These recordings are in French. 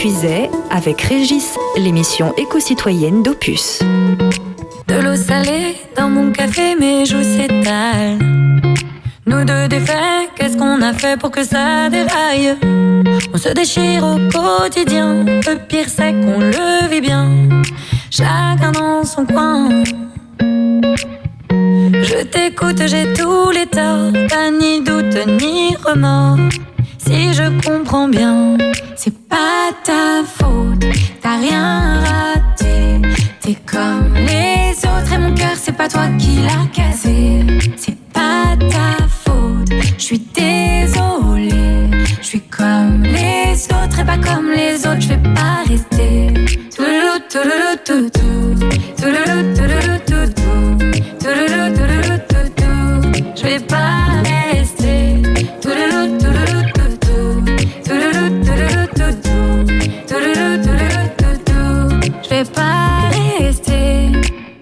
Puiset avec Régis, l'émission éco-citoyenne d'Opus. De l'eau salée dans mon café, mes joues s'étalent. Nous deux défaits, qu'est-ce qu'on a fait pour que ça déraille? On se déchire au quotidien, le pire c'est qu'on le vit bien, chacun dans son coin. Je t'écoute, j'ai tous les torts, pas ni doute ni remords. Si je comprends bien, c'est pas ta faute, t'as rien raté. T'es comme les autres et mon cœur c'est pas toi qui l'as cassé. C'est pas ta faute, je suis désolée. Je suis comme les autres et pas comme les autres, je vais pas rester. Touloulou, touloulou, toutou, touloulou, touloulou, toutou, touloulou, touloulou, toutou, je vais pas rester. Touloulou, touloulou, toutou, touloulou, touloulou, toutou, touloulou, touloulou, toutou, je vais pas rester.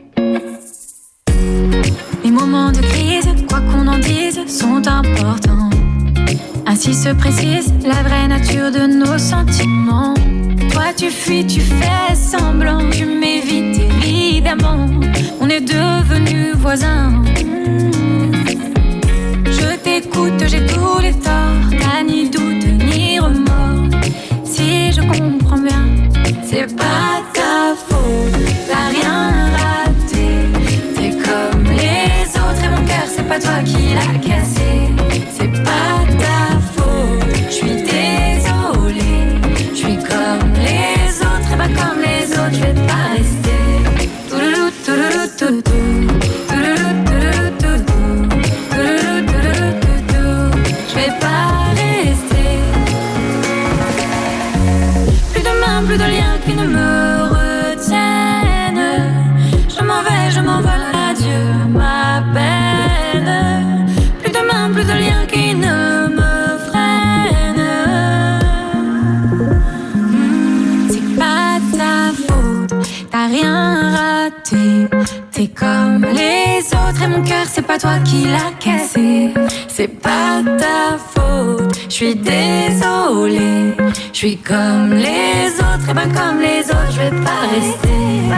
Les moments de crise, quoi qu'on en dise, sont importants. Ainsi se précise la vraie nature de nos sentiments. Toi tu fuis, tu fais semblant, tu m'évites évidemment. On est devenus voisins. Je t'écoute, j'ai tous les torts, t'as ni doute ni remords. Si je comprends bien, c'est pas ta faute, t'as rien raté. T'es comme les autres et mon cœur c'est pas toi qui l'as cassé. C'est pas ta faute, je suis désolée. Je suis comme les autres et pas comme les autres, je vais pas rester. Touloulou, touloulou, toutou, touloulou, touloulou, toutou, touloulou, touloulou, toutou, je vais pas rester. Plus de mains, plus de liens qui ne me retiennent. Je m'envole, adieu ma peine. Plus de mains, plus de liens qui ne me freinent. C'est pas ta faute, t'as rien raté. T'es comme les autres et mon cœur c'est pas toi qui l'as cassé. C'est pas ta faute, je suis désolée. Je suis comme les autres et pas comme les autres, je vais pas rester.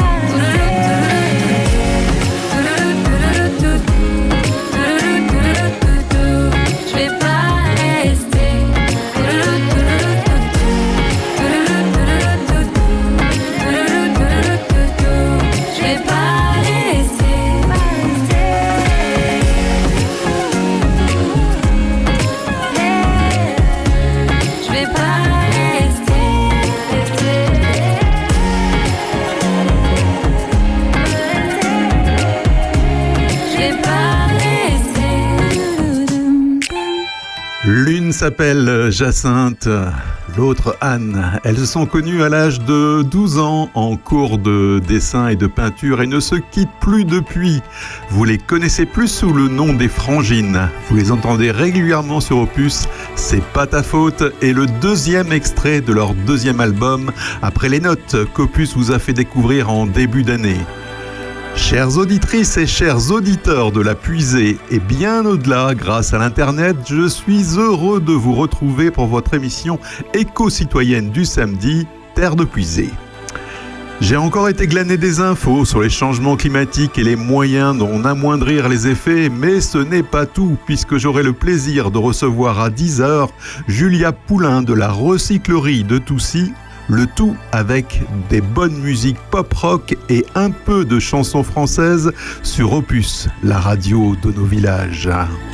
L'une s'appelle Jacinthe, l'autre Anne. Elles se sont connues à l'âge de 12 ans en cours de dessin et de peinture et ne se quittent plus depuis. Vous les connaissez plus sous le nom des Frangines. Vous les entendez régulièrement sur Opus. C'est pas ta faute est le deuxième extrait de leur deuxième album après les notes qu'Opus vous a fait découvrir en début d'année. Chères auditrices et chers auditeurs de la Puisée et bien au-delà, grâce à l'Internet, je suis heureux de vous retrouver pour votre émission éco-citoyenne du samedi, Terre de Puisée. J'ai encore été glaner des infos sur les changements climatiques et les moyens d'en amoindrir les effets, mais ce n'est pas tout, puisque j'aurai le plaisir de recevoir à 10h Julia Poulain de la recyclerie de Toussy, le tout avec des bonnes musiques pop-rock et un peu de chansons françaises sur Opus, la radio de nos villages.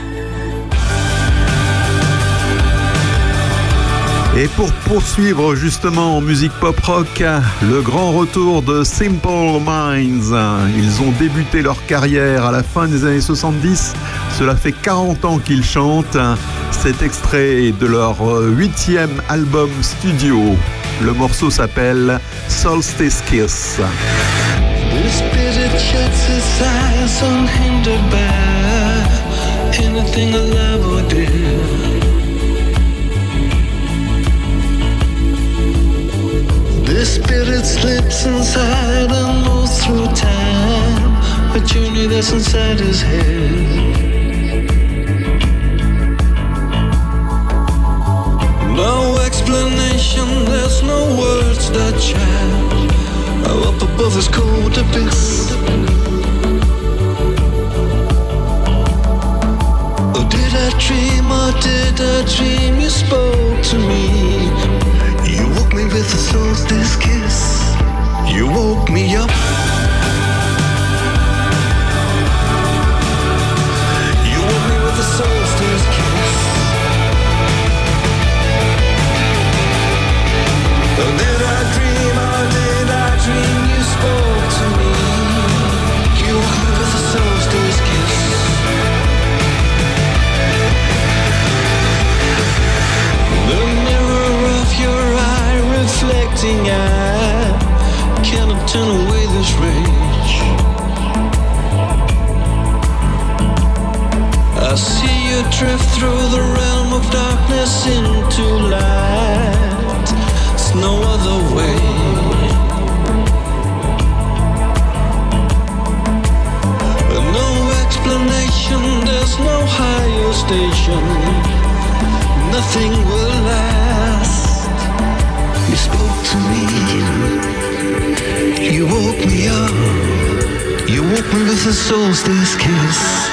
Et pour poursuivre justement en musique pop-rock, le grand retour de Simple Minds. Ils ont débuté leur carrière à la fin des années 70. Cela fait 40 ans qu'ils chantent. Cet extrait de leur 8e album studio. Le morceau s'appelle Solstice Kiss. The spirit shuts its eyes unhindered by anything a love would do. The spirit slips inside and moves through time, a journey that's inside his head. No explanation, there's no word. watch that child up above his cold abyss. Oh, did I dream or did I dream you spoke to me? You woke me with a solstice kiss. You woke me up. You woke me with a solstice kiss. Oh, did I dream or did I dream you spoke to me? You woke me with a solstice kiss. The mirror of your eye reflecting, I cannot turn away this rage. I see you drift through the realm of darkness into light. There's no other way. No explanation, there's no higher station. Nothing will last. You spoke to me. You woke me up. You woke me with a solstice kiss.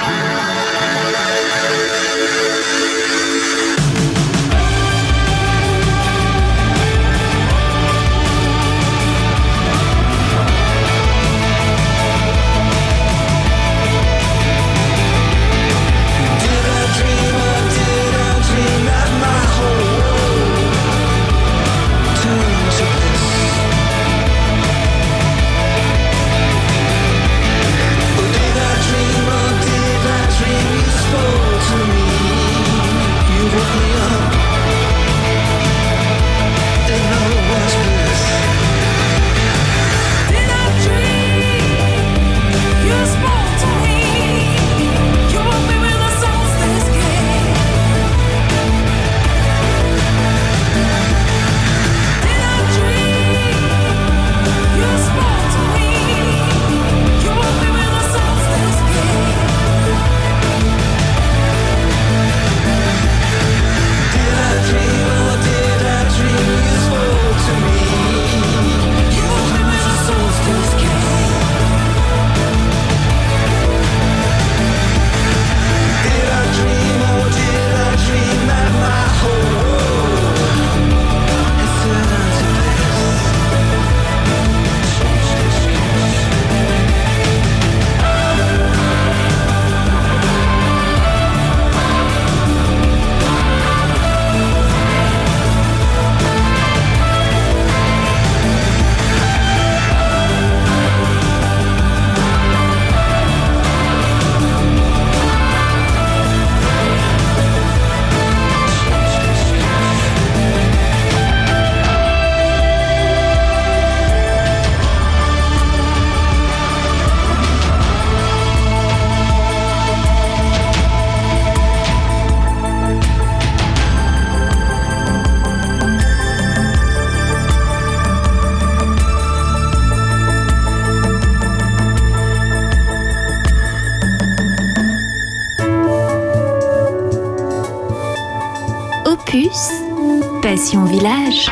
Passion Village.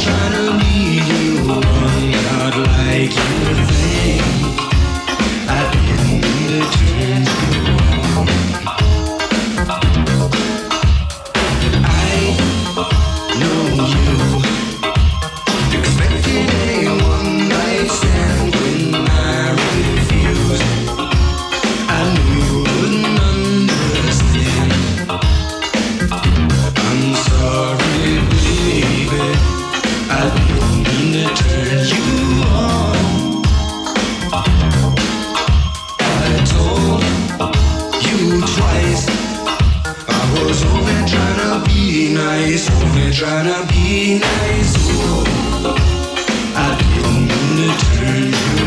Like you think I twice. I was only trying to be nice, only trying to be nice. Oh, I didn't mean to turn you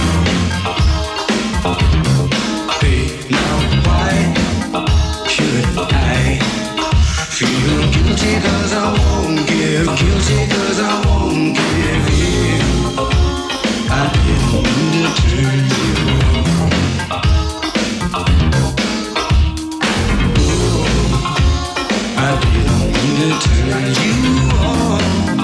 on. Hey, now why should I feel guilty 'cause I won't give, guilty 'cause I won't give in. I didn't mean to turn you on. I didn't mean to turn you on.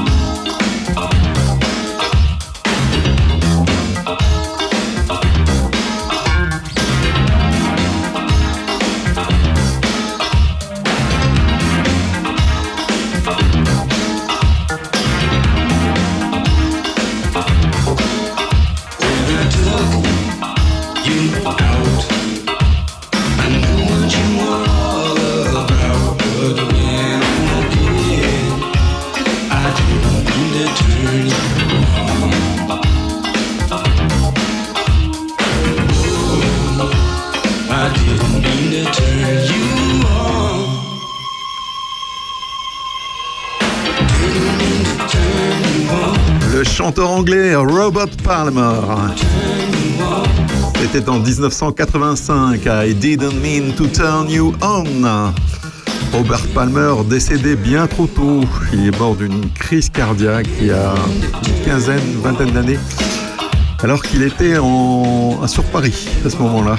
Le chanteur anglais Robert Palmer. C'était en 1985, I Didn't Mean to Turn You On. Robert Palmer décédé bien trop tôt. Il est mort d'une crise cardiaque il y a une vingtaine d'années, alors qu'il était sur Paris à ce moment-là.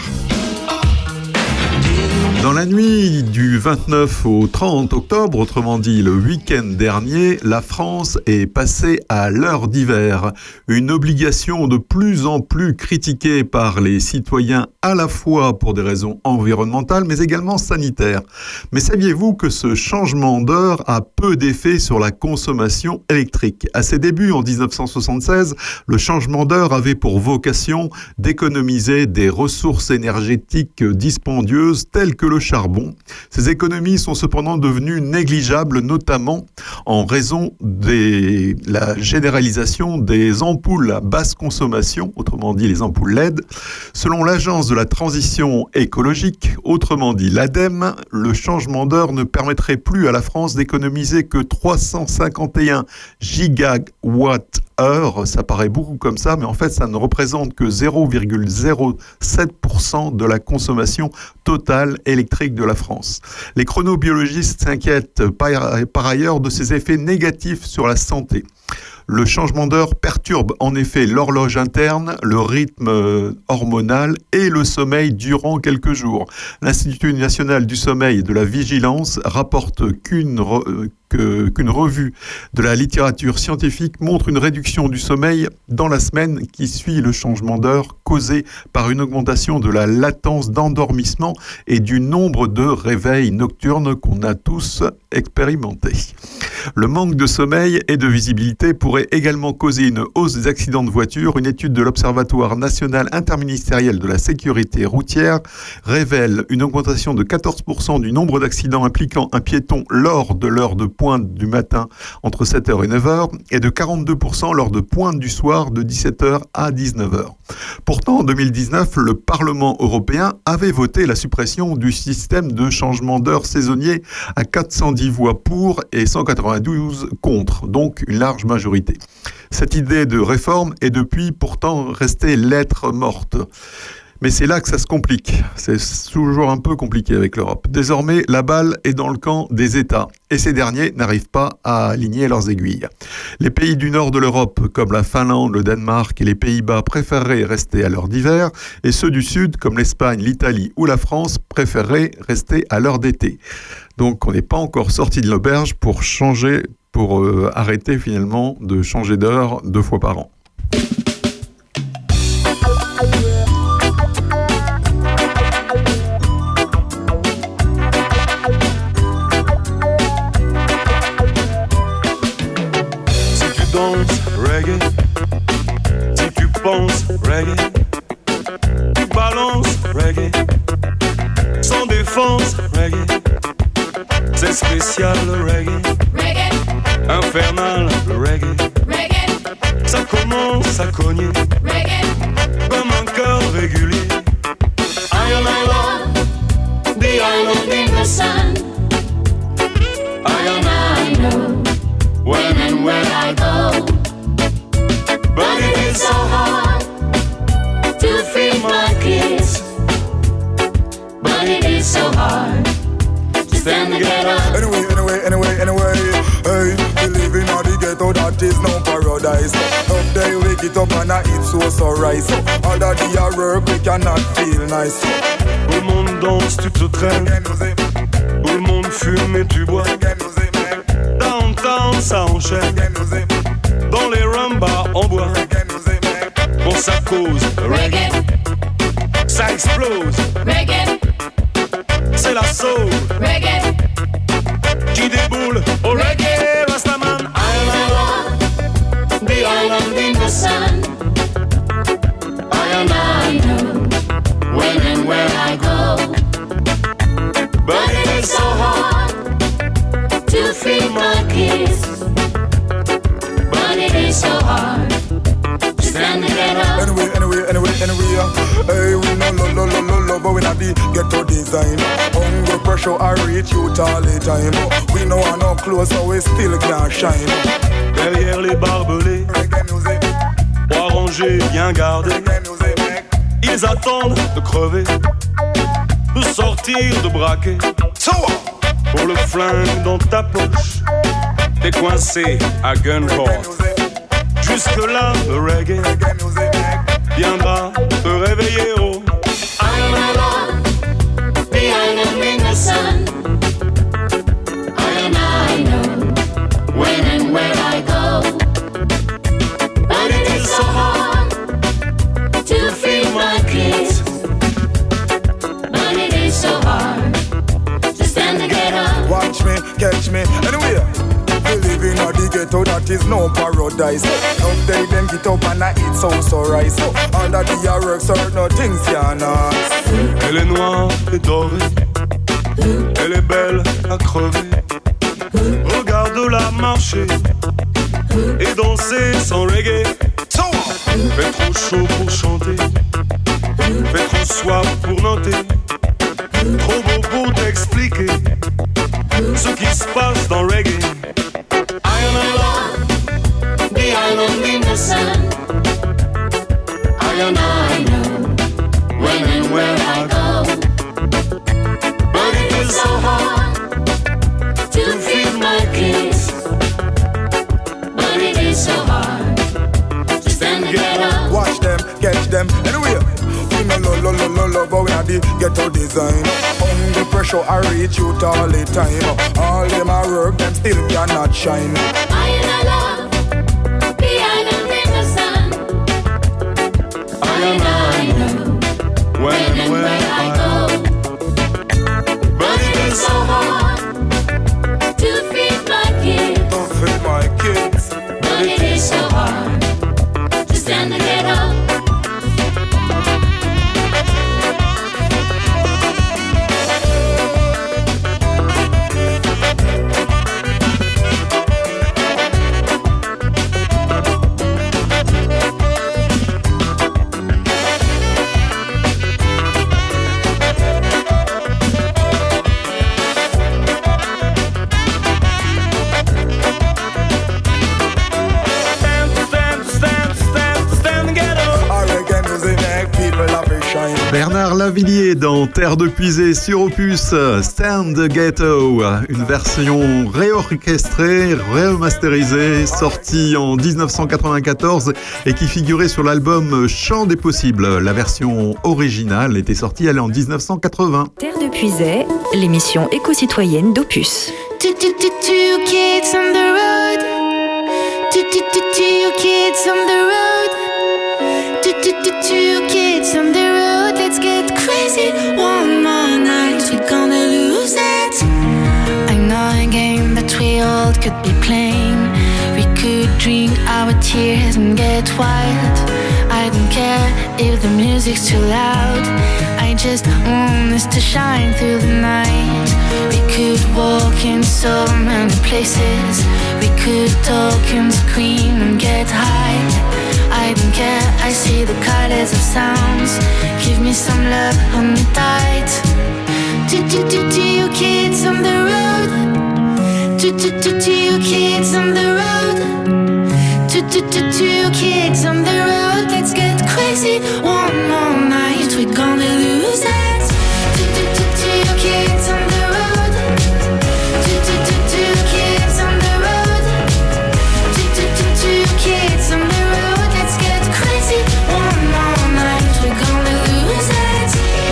Dans la nuit du 29 au 30 octobre, autrement dit le week-end dernier, la France est passée à l'heure d'hiver. Une obligation de plus en plus critiquée par les citoyens à la fois pour des raisons environnementales mais également sanitaires. Mais saviez-vous que ce changement d'heure a peu d'effet sur la consommation électrique ? À ses débuts, en 1976, le changement d'heure avait pour vocation d'économiser des ressources énergétiques dispendieuses telles que le charbon. Ces économies sont cependant devenues négligeables, notamment en raison de la généralisation des ampoules à basse consommation, autrement dit les ampoules LED. Selon l'Agence de la transition écologique, autrement dit l'ADEME, le changement d'heure ne permettrait plus à la France d'économiser que 351 gigawatts-heure. Ça paraît beaucoup comme ça, mais en fait, ça ne représente que 0,07% de la consommation totale électrique de la France. Les chronobiologistes s'inquiètent par ailleurs de ces effets négatifs sur la santé. Le changement d'heure perturbe en effet l'horloge interne, le rythme hormonal et le sommeil durant quelques jours. L'Institut national du sommeil et de la vigilance rapporte qu'une revue de la littérature scientifique montre une réduction du sommeil dans la semaine qui suit le changement d'heure causé par une augmentation de la latence d'endormissement et du nombre de réveils nocturnes qu'on a tous expérimentés. Le manque de sommeil et de visibilité pourrait également causer une hausse des accidents de voiture. Une étude de l'Observatoire national interministériel de la sécurité routière révèle une augmentation de 14% du nombre d'accidents impliquant un piéton lors de l'heure de pointe du matin entre 7h et 9h et de 42% lors de pointe du soir de 17h à 19h. Pourtant, en 2019, le Parlement européen avait voté la suppression du système de changement d'heure saisonnier à 410 voix pour et 192 contre, donc une large majorité. Cette idée de réforme est depuis pourtant restée lettre morte. Mais c'est là que ça se complique. C'est toujours un peu compliqué avec l'Europe. Désormais, la balle est dans le camp des États et ces derniers n'arrivent pas à aligner leurs aiguilles. Les pays du nord de l'Europe, comme la Finlande, le Danemark et les Pays-Bas, préféreraient rester à l'heure d'hiver et ceux du sud, comme l'Espagne, l'Italie ou la France, préféreraient rester à l'heure d'été. Donc on n'est pas encore sorti de l'auberge pour arrêter finalement de changer d'heure 2 fois par an. Reggae, si tu penses reggae, tu balances reggae, sans défense reggae, c'est spécial le reggae, infernal le reggae, ça commence à cogner, comme un cœur régulier. I love the island in the sun. I know when and where I go. But it is so hard to feed my kids. But it is so hard to stand to get up. Anyway, hey, we live in the ghetto, that is no paradise. Up there we get up and I eat so rice. All that the work we cannot feel nice. Tout le monde danse, tu te traînes. Tout le monde fume et tu bois. Downtown ça enchaîne. Dans les rumbas on boit. Bon ça cause reggae. Ça explose reggae. C'est la soul reggae qui déboule au reggae. Rastaman Island, the island in the sun. I know when and where I go. But it is so hard to feed my kids. But it is so hard to stand and get up. Anyway, hey, we no love, but we not the ghetto design. Hunger pressure I reach you all the time. We know I no close, so we still can't shine. derrière les barbelés, trois rangés bien gardés. Ils attendent de crever, de sortir, de braquer. Pour le flingue dans ta poche, t'es coincé à gunpoint. Jusque-là, le reggae viendra te réveiller au the island in the sun. I know when and where I go. But it is so hard to feed my kids. But it is so hard to stand and get up. Watch me, catch me, anyway. We live in a the ghetto, that is no paradise. Up there them get up and I eat so rice. All that the works are no things can ask. Elle est noire et dorée, elle est belle à crever. Regarde-la marcher et danser sans reggae. Fait trop chaud pour chanter, fait trop soif pour noter, trop beau pour t'expliquer ce qui se passe dans reggae. The island in the sun. I know when and where I go. But it is so hard to feed my kids. But it is so hard to stand and get up. Watch them, catch them, anyway. We no love, but we are the ghetto design. Under pressure I reach you all the time. All them a work, them still cannot shine. I love the island in the sun. I know when and where I go. but it is so hard to feed my kids. Don't feed my kids. But it is so hard to stand and get up. Bernard Lavillier dans Terre de Puisée sur Opus, Stand the Ghetto, une version réorchestrée, remasterisée, sortie en 1994 et qui figurait sur l'album Chant des Possibles. La version originale était sortie, elle, en 1980. Terre de Puisée, l'émission éco-citoyenne d'Opus. Two kids on the road. Two kids on the road. Two kids on the road. Let's get crazy. One more night, we're gonna lose it. I know a game that we all could be playing. We could drink our tears and get wild. I don't care if the music's too loud. I just want us to shine through the night. We could walk in so many places. We could talk and scream and get high. I don't care, I see the colors of sounds. Give me some love, hold me tight. To you kids on the road. To you kids on the road. To you kids on the road. Let's get crazy one more night. We're gonna lose it. To you kids on the road. To you kids on the road. To you kids on the road. Let's get crazy one more night. We're gonna lose it.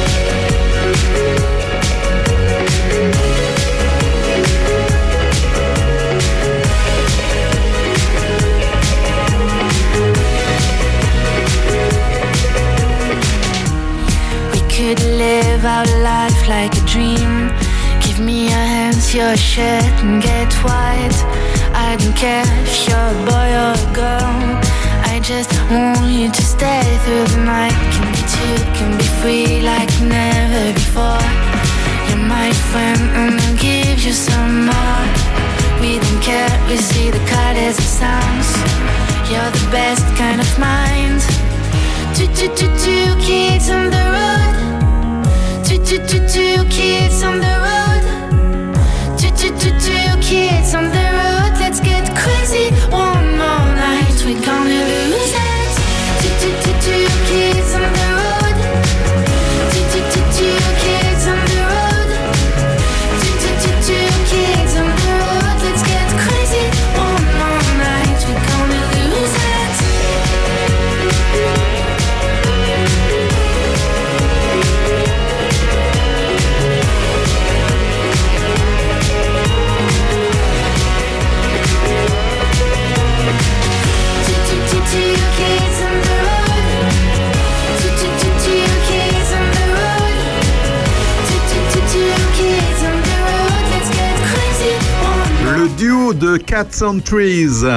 Could live our life like a dream. Give me your hands, your shirt, and get white. I don't care if you're a boy or a girl. I just want you to stay through the night. Can be two, can be free like never before. You're my friend and I'll give you some more. We don't care, we see the card as it sounds. You're the best kind of mind. Two kids on the road. Two kids on the road. Two kids on the road. Let's get crazy one more night. We're gonna lose it. Two kids on the road. Two kids on the road. Two kids on the road. Let's get crazy one more night. We're gonna lose it. Le duo de Cats on Trees.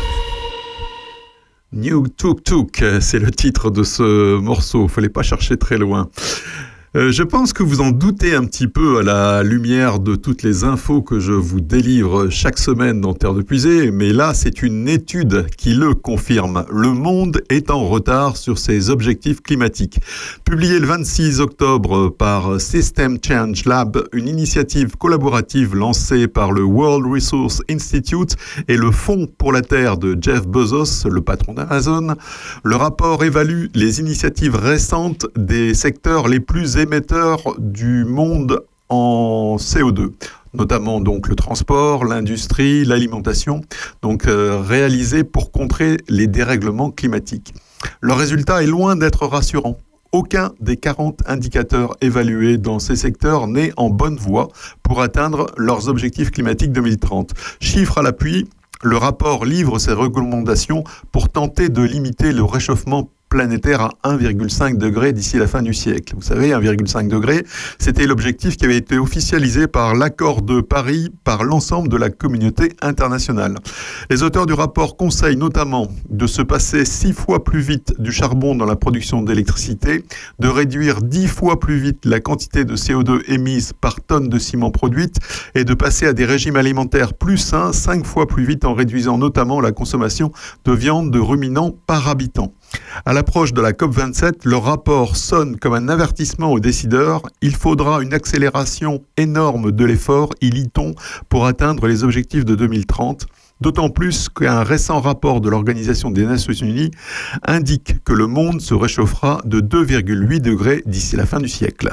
New Tuk Tuk, c'est le titre de ce morceau. Fallait pas chercher très loin. Je pense que vous en doutez un petit peu à la lumière de toutes les infos que je vous délivre chaque semaine dans Terre de Puisée, mais là, c'est une étude qui le confirme. Le monde est en retard sur ses objectifs climatiques. Publié le 26 octobre par System Change Lab, une initiative collaborative lancée par le World Resource Institute et le Fonds pour la Terre de Jeff Bezos, le patron d'Amazon, le rapport évalue les initiatives récentes des secteurs les plus émetteurs du monde en CO2, notamment donc le transport, l'industrie, l'alimentation, donc réalisés pour contrer les dérèglements climatiques. Le résultat est loin d'être rassurant. Aucun des 40 indicateurs évalués dans ces secteurs n'est en bonne voie pour atteindre leurs objectifs climatiques 2030. Chiffre à l'appui, le rapport livre ses recommandations pour tenter de limiter le réchauffement planétaire à 1,5 degré d'ici la fin du siècle. Vous savez, 1,5 degré, c'était l'objectif qui avait été officialisé par l'accord de Paris par l'ensemble de la communauté internationale. Les auteurs du rapport conseillent notamment de se passer 6 fois plus vite du charbon dans la production d'électricité, de réduire 10 fois plus vite la quantité de CO2 émise par tonne de ciment produite et de passer à des régimes alimentaires plus sains 5 fois plus vite en réduisant notamment la consommation de viande de ruminants par habitant. À l'approche de la COP27, le rapport sonne comme un avertissement aux décideurs. Il faudra une accélération énorme de l'effort, y lit-on, pour atteindre les objectifs de 2030. D'autant plus qu'un récent rapport de l'Organisation des Nations Unies indique que le monde se réchauffera de 2,8 degrés d'ici la fin du siècle.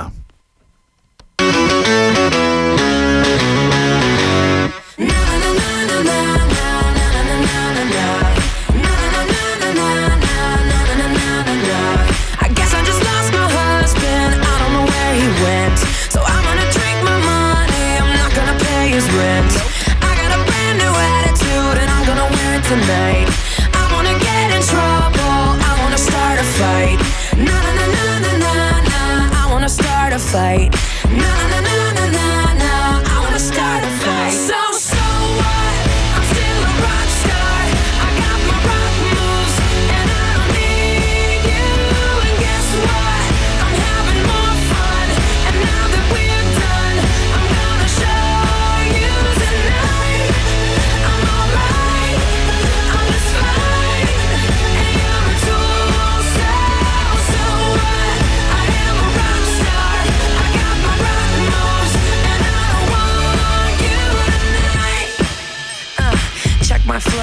Tonight, I wanna get in trouble. I wanna start a fight. Na na na na na na na. I wanna start a fight. Na na na na na na. I wanna start a fight. So what? I'm still a rock star. I got my rock moves, and I don't need you. And guess what? I'm having more fun. And now that we're done, I'm gonna show you tonight. I'm alright. I'm just fine, and you're a tool. So what? I am a rock star. I got my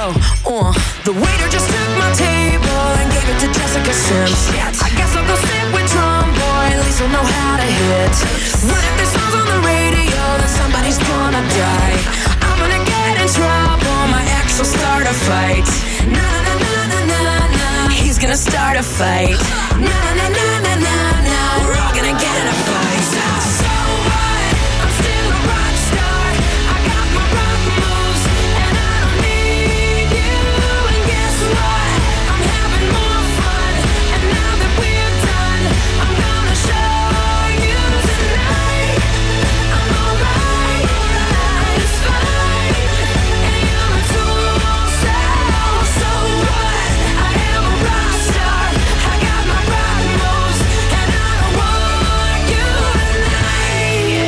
go. The waiter just took my table and gave it to Jessica Sims. I guess I'll go sit with Drum Boy, at least I'll know how to hit. What if there's songs on the radio, then somebody's gonna die. I'm gonna get in trouble, my ex will start a fight. Na na na na na na, he's gonna start a fight. Na na na na na na, we're all gonna get in a fight. So what? I'm still a rock star. I got my rock moves and I don't need you. And guess what? I'm having more fun. And now that we're done, I'm gonna show you tonight. I'm alright, it's fine. And you're a tool, so what? I am a rock star. I got my rock moves and I don't want you tonight.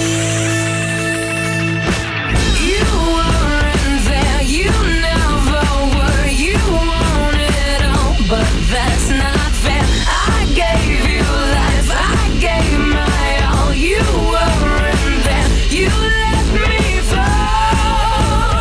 You weren't there, you never were. You want it all, but that's not fair. I gave you life, I gave my all. You weren't there, you let me fall.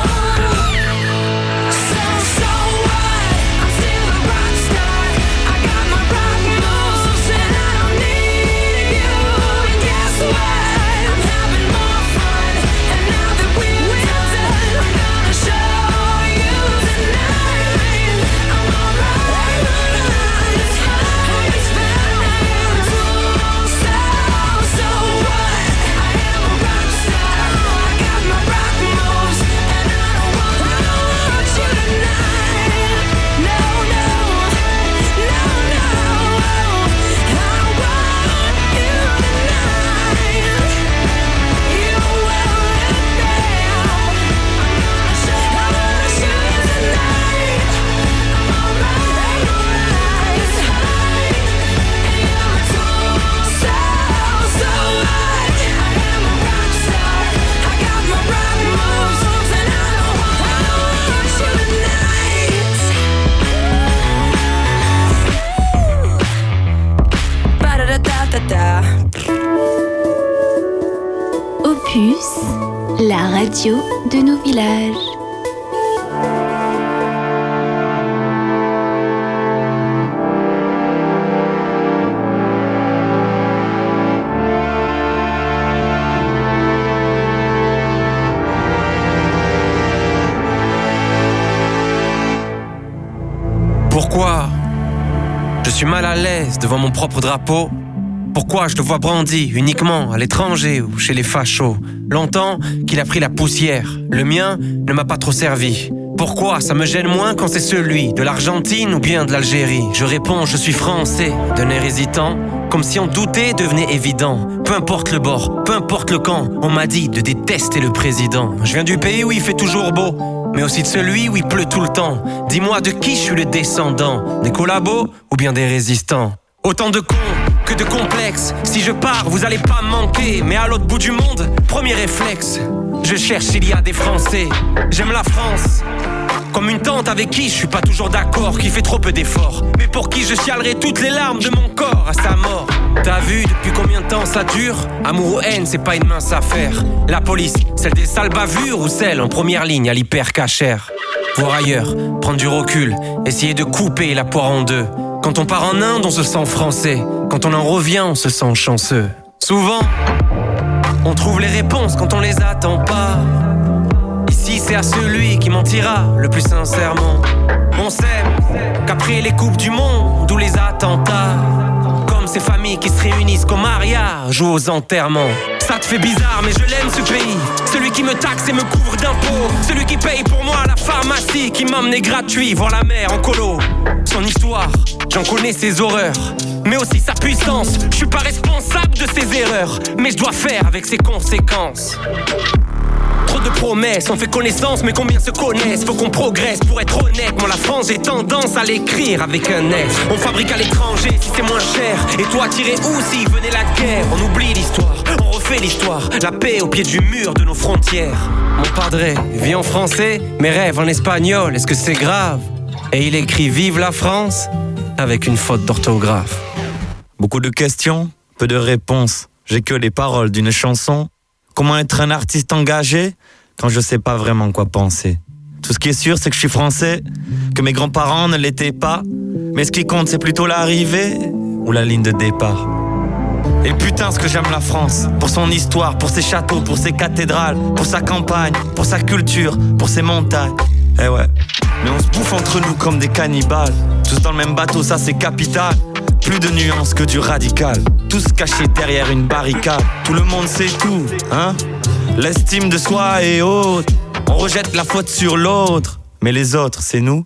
So what? I'm still a rock star. I got my rock moves and I don't need you. And guess what? I'm having more fun. And now that we're done, I'm gonna show you tonight. I'm alright, it's fine, it's fine. So what? I am a rock star. I got my rock moves and I don't want you tonight. No, no, no, no. I want you tonight. You weren't there. I'm gonna show you tonight. I'm alright, it's fine. And you're a tool, so what? I am a rock star. I got my rock moves and I don't want you tonight. Ba-da-da-da-da-da. Opus, la radio de nos villages. Pourquoi je suis mal à l'aise devant mon propre drapeau? Pourquoi je le vois brandi uniquement à l'étranger ou chez les fachos? Longtemps qu'il a pris la poussière, le mien ne m'a pas trop servi. Pourquoi ça me gêne moins quand c'est celui de l'Argentine ou bien de l'Algérie? Je réponds, je suis français, d'un air hésitant, comme si en douter devenait évident. Peu importe le bord, peu importe le camp, on m'a dit de détester le président. Je viens du pays où il fait toujours beau, mais aussi de celui où il pleut tout le temps. Dis-moi de qui je suis le descendant, des collabos ou bien des résistants? Autant de cons que de complexes. Si je pars, vous allez pas me manquer. Mais à l'autre bout du monde, premier réflexe, je cherche s'il y a des Français. J'aime la France, comme une tante avec qui je suis pas toujours d'accord, qui fait trop peu d'efforts, mais pour qui je chialerai toutes les larmes de mon corps à sa mort. T'as vu depuis combien de temps ça dure? Amour ou haine, c'est pas une mince affaire. La police, celle des sales bavures ou celle en première ligne à l'hyper-cachère? Voir ailleurs, prendre du recul, essayer de couper la poire en deux. Quand on part en Inde, on se sent français. Quand on en revient, on se sent chanceux. Souvent, on trouve les réponses quand on les attend pas. Ici, c'est à celui qui mentira le plus sincèrement. On sait qu'après les coupes du monde ou les attentats, comme ces familles qui se réunissent qu'au mariage ou aux enterrements. Ça te fait bizarre, mais je l'aime ce pays. Celui qui me taxe et me couvre d'impôts. Celui qui paye pour moi à la pharmacie, qui m'emmenait gratuit voir la mer en colo. Son histoire, j'en connais ses horreurs, mais aussi sa puissance. Je suis pas responsable de ses erreurs, mais je dois faire avec ses conséquences. Trop de promesses, on fait connaissance, mais combien se connaissent? Faut qu'on progresse, pour être honnête. Moi la France, j'ai tendance à l'écrire avec un S. On fabrique à l'étranger si c'est moins cher. Et toi tirer où si venait la guerre? On oublie l'histoire, on refait l'histoire. La paix au pied du mur de nos frontières. Mon padré vit en français, mes rêves en espagnol, est-ce que c'est grave? Et il écrit vive la France avec une faute d'orthographe. Beaucoup de questions, peu de réponses. J'ai que les paroles d'une chanson. Comment être un artiste engagé quand je sais pas vraiment quoi penser? Tout ce qui est sûr, c'est que je suis français, que mes grands-parents ne l'étaient pas. Mais ce qui compte, c'est plutôt l'arrivée ou la ligne de départ. Et putain, ce que j'aime la France, pour son histoire, pour ses châteaux, pour ses cathédrales, pour sa campagne, pour sa culture, pour ses montagnes. Eh ouais, mais on se bouffe entre nous comme des cannibales. Tous dans le même bateau, ça c'est capital. Plus de nuances que du radical. Tous cachés derrière une barricade. Tout le monde sait tout, hein. L'estime de soi est haute. On rejette la faute sur l'autre. Mais les autres, c'est nous.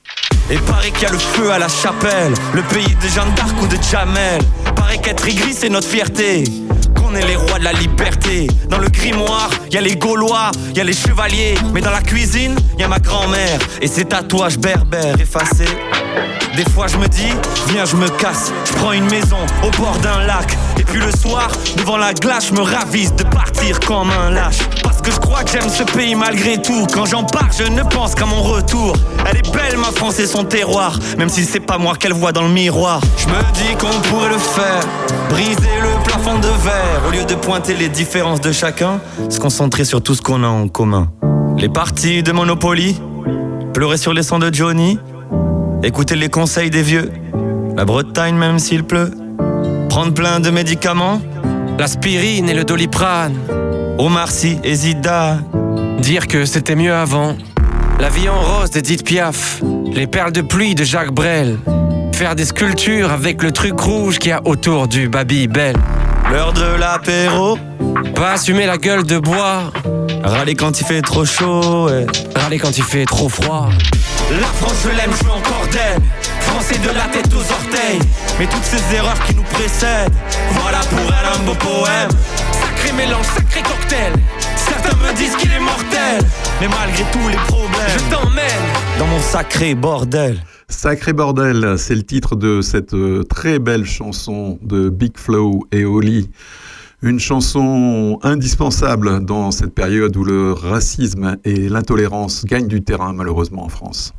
Et paraît qu'il y a le feu à la chapelle, le pays de Jeanne d'Arc ou de Jamel. Paraît qu'être aigri c'est notre fierté, qu'on est les rois de la liberté. Dans le grimoire, y a les Gaulois, y a les chevaliers. Mais dans la cuisine, y a ma grand-mère et ses tatouages berbères effacés. Des fois je me dis, viens je me casse. Je prends une maison au bord d'un lac. Et puis le soir, devant la glace, je me ravise de partir comme un lâche. Parce que je crois que j'aime ce pays malgré tout. Quand j'en pars, je ne pense qu'à mon retour. Elle est belle ma France et son terroir, même si c'est pas moi qu'elle voit dans le miroir. Je me dis qu'on pourrait le faire, briser le plafond de verre. Au lieu de pointer les différences de chacun, se concentrer sur tout ce qu'on a en commun. Les parties de Monopoly, pleurer sur les sons de Johnny, écouter les conseils des vieux, la Bretagne même s'il pleut, prendre plein de médicaments, l'aspirine et le Doliprane, Omar Sy et Zidane, dire que c'était mieux avant, la vie en rose d'Edith Piaf, les perles de pluie de Jacques Brel, faire des sculptures avec le truc rouge qu'il y a autour du Babybel. L'heure de l'apéro, pas assumer la gueule de bois, râler quand il fait trop chaud, ouais. Râler quand il fait trop froid. La France je l'aime, je veux encore d'elle. Français de la tête aux orteils. Mais toutes ces erreurs qui nous précèdent, voilà pour elle un beau poème. Sacré mélange, sacré cocktail. Certains me disent qu'il est mortel, mais malgré tous les problèmes, je t'emmène dans mon sacré bordel. Sacré bordel, c'est le titre de cette très belle chanson de Big Flo et Oli. Une chanson indispensable dans cette période où le racisme et l'intolérance gagnent du terrain malheureusement en France.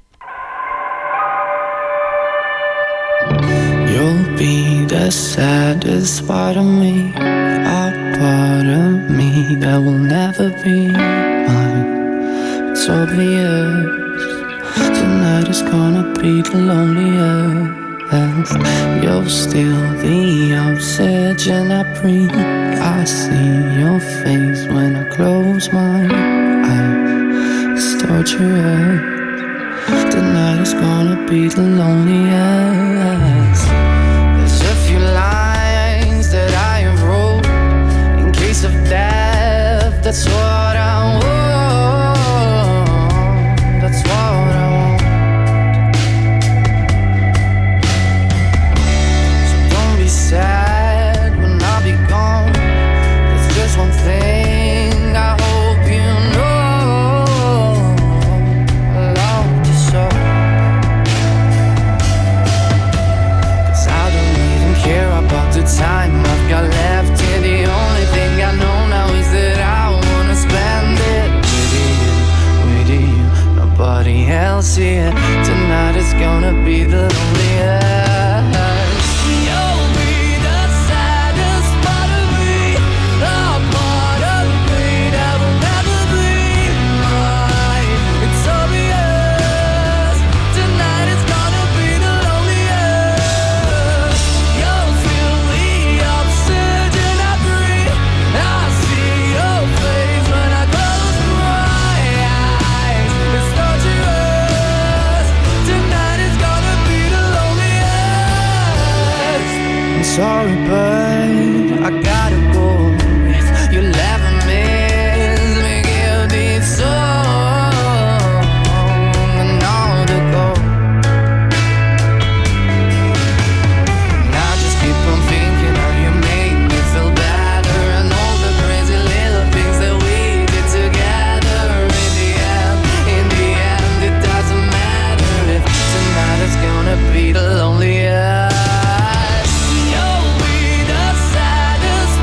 You'll be the saddest part of me, a part of me that will never be mine. It's obvious tonight is gonna be the loneliest. You're still the oxygen I breathe. I see your face when I close my eyes. It's torture. Tonight is gonna be the loneliest. There's a few lines that I have wrote in case of death. That's what I want. That's what I want. So don't be sad when I'll be gone. There's just one thing I hope you know. I love you so. 'Cause I don't even care about the time I've got left here. The only thing I know now is that I wanna spend it with you, nobody else here. Tonight is gonna be the loneliest. You'll be the saddest part of me, a part of me that will never be mine. It's obvious, tonight is gonna be the loneliest. You'll feel the oxygen I breathe. I see your face when I close my eyes. It's torturous, tonight is gonna be the loneliest. I'm sorry, but I gotta go. If you'll ever miss me, give this song another go. And I just keep on thinking how you make me feel better, and all the crazy little things that we did together. In the end, it doesn't matter if tonight is gonna be the loneliest. You'll be the saddest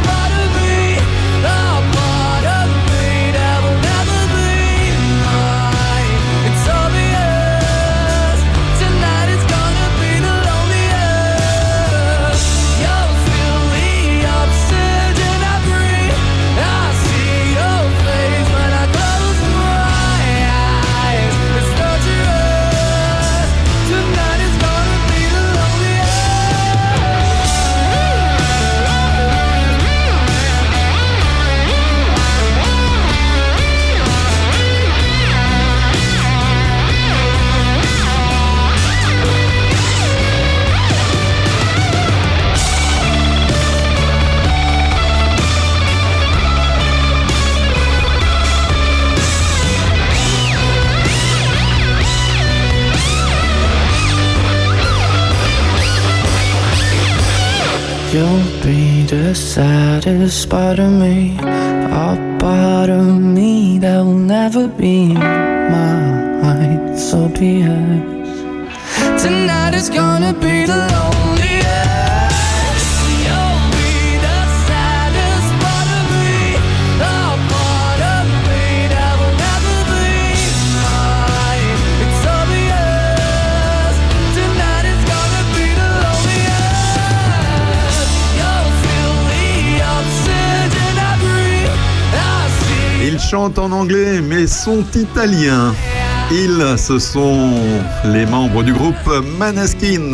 still be the saddest part of me, a part of me that will never be mine. So be it. Tonight is gonna be the loneliest. You'll be the saddest part of me, a part of me that will never be mine. It's obvious. Tonight is gonna be the loneliest. You'll feel the oxygen I breathe. I see. Ils chantent en anglais mais sont italiens. Ils, ce sont les membres du groupe Maneskin.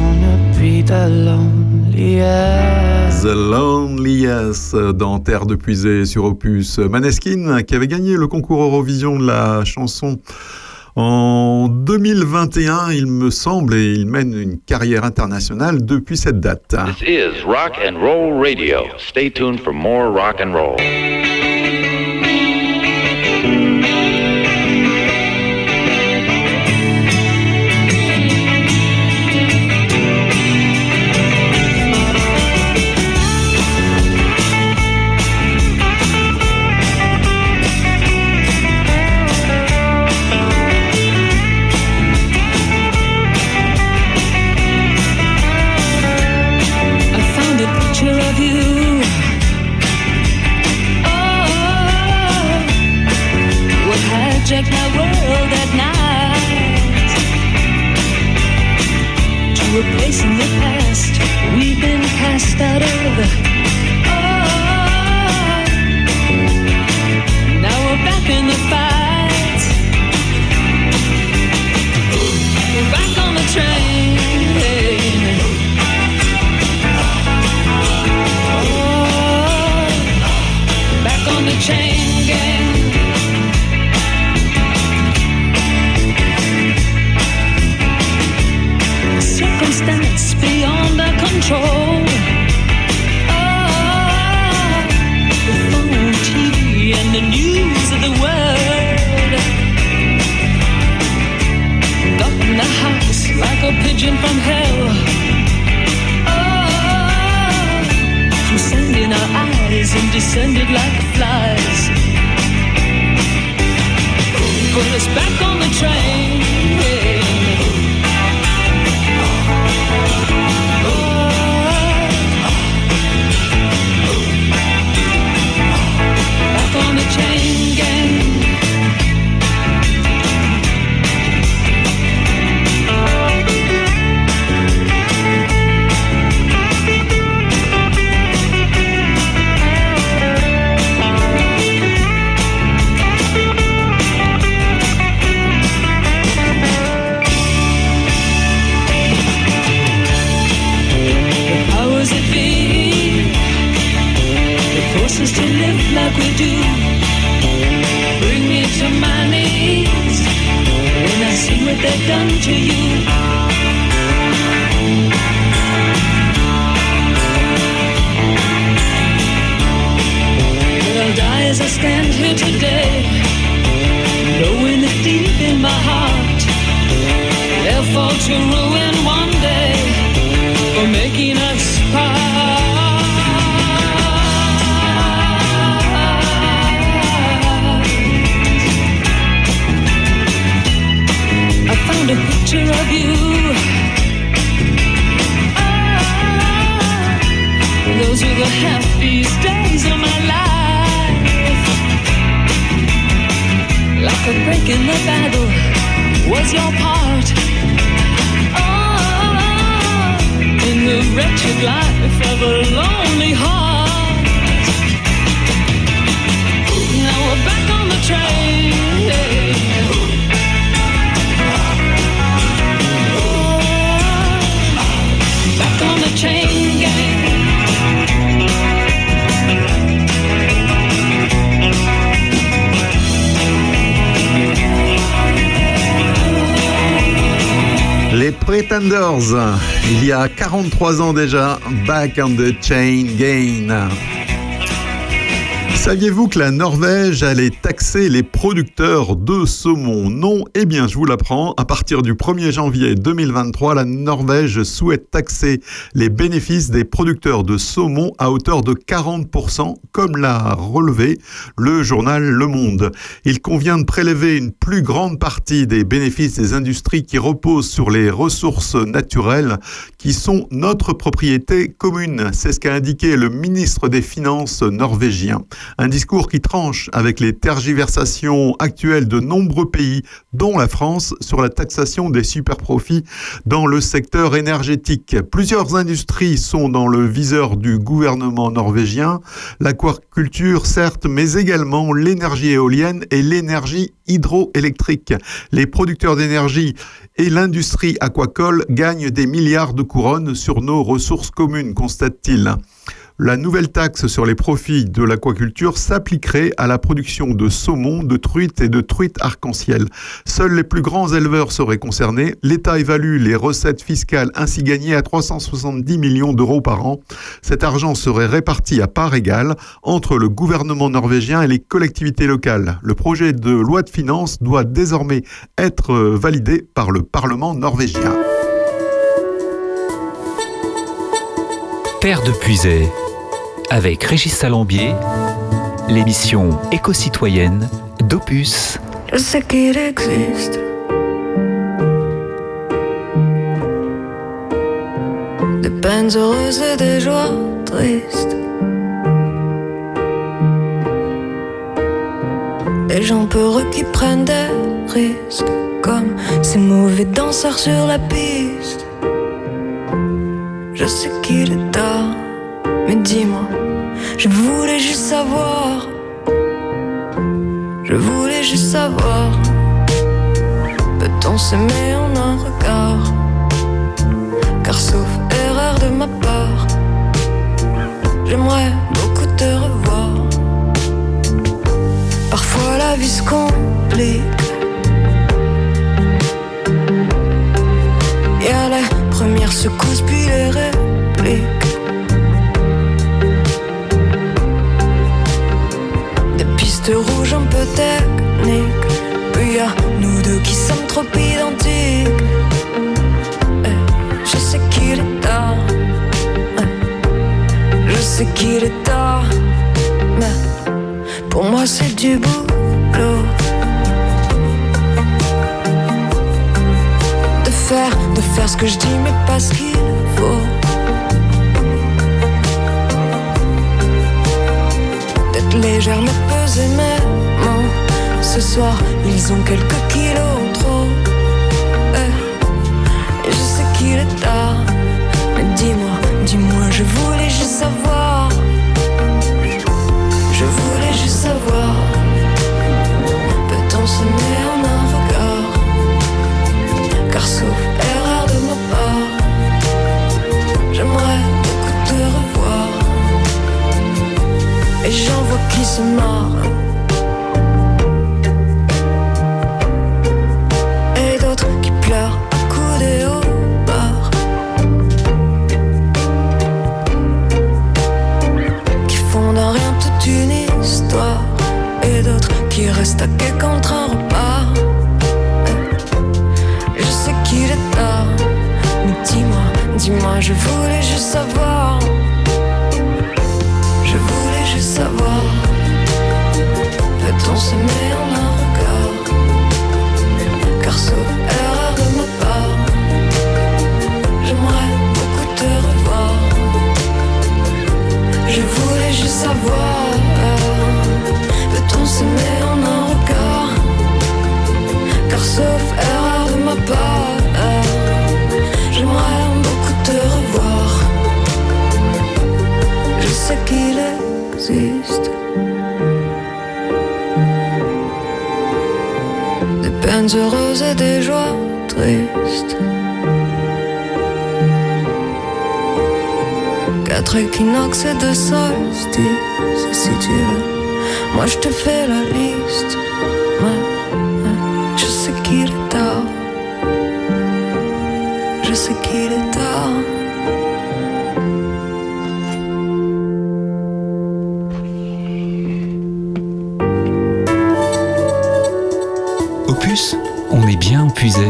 The Loneliest dans Terre de Puisée sur Opus. Maneskin qui avait gagné le concours Eurovision de la chanson en 2021, il me semble, et il mène une carrière internationale depuis cette date. This is Rock and Roll Radio. Stay tuned for more rock and roll. My world at night, to a place in the past we've been cast out of. Oh, now we're back in the fight. We're back on the train. Oh, back on the chain gang. Circumstance beyond our control. Oh, the phone, TV, and the news of the world got in the house like a pigeon from hell. Oh, from sending our eyes and descended like flies. Put us back on the train. On the chain gang. The powers that be, the forces to live like we do, bring me to my knees when I see what they've done to you. But I'll die as I stand here today, knowing that deep in my heart they'll fall to ruin one day for making us part. A picture of you. Ah, those were the happiest days of my life. Like a break in the battle was your part. Oh, in the wretched life of a lonely heart. Now we're back on the train. On the chain gang. Les Pretenders, il y a 43 ans déjà, Back on the Chain Gang. Saviez-vous que la Norvège allait taxer les producteurs de saumon ? Non, eh bien je vous l'apprends, à partir du 1er janvier 2023, la Norvège souhaite taxer les bénéfices des producteurs de saumon à hauteur de 40%, comme l'a relevé le journal Le Monde. Il convient de prélever une plus grande partie des bénéfices des industries qui reposent sur les ressources naturelles qui sont notre propriété commune. C'est ce qu'a indiqué le ministre des Finances norvégien. Un discours qui tranche avec les tergiversations actuelles de nombreux pays, dont la France, sur la taxation des superprofits dans le secteur énergétique. Plusieurs industries sont dans le viseur du gouvernement norvégien. L'aquaculture, certes, mais également l'énergie éolienne et l'énergie hydroélectrique. Les producteurs d'énergie et l'industrie aquacole gagnent des milliards de couronnes sur nos ressources communes, constate-t-il. La nouvelle taxe sur les profits de l'aquaculture s'appliquerait à la production de saumon, de truites et de truites arc-en-ciel. Seuls les plus grands éleveurs seraient concernés. L'État évalue les recettes fiscales ainsi gagnées à 370 millions d'euros par an. Cet argent serait réparti à part égale entre le gouvernement norvégien et les collectivités locales. Le projet de loi de finances doit désormais être validé par le Parlement norvégien. Terre de Puisay, avec Régis Salambier, l'émission éco-citoyenne d'Opus. Je sais qu'il existe des peines heureuses et des joies tristes, des gens peureux qui prennent des risques, comme ces mauvais danseurs sur la piste. Je sais qu'il est tard, mais dis-moi, je voulais juste savoir. Je voulais juste savoir, peut-on s'aimer en un regard? Car sauf erreur de ma part, j'aimerais beaucoup te revoir. Parfois la vie se complique, y'a les premières secousses puis les répliques. Des pistes rouges un peu techniques, puis y'a nous deux qui sommes trop identiques. Je sais qu'il est tard, je sais qu'il est tard, mais pour moi c'est du boulot. De faire ce que je dis mais pas ce qu'il faut. D'être légère mais peser mes mots. Ce soir ils ont quelques kilos en trop. Je sais qu'il est tard, mais dis-moi, je voulais juste savoir. Je voulais juste savoir, peut-on s'aimer en un regard? Car sauf erreur de ma part, j'aimerais beaucoup te revoir. Et j'en vois qui se marrent, et d'autres qui pleurent accoudés au bar, qui font d'un rien toute une histoire, et d'autres qui restent à quai quand le train repart. Qu'il est tard, mais dis-moi, je voulais juste savoir. Je voulais juste savoir, peut-on s'aimer en un regard? Car sauf erreur de ma part, j'aimerais beaucoup te revoir. Je voulais juste savoir, peut-on s'aimer en un regard? Car sauf erreur de ma part, j'aimerais beaucoup te revoir. Je sais qu'il existe des peines heureuses et des joies tristes, 4 équinoxes et 2 solstices. Si tu veux, moi je te fais la liste. Je sais qu'il est tard, je sais qu'il est tard. Opus, on est bien épuisé.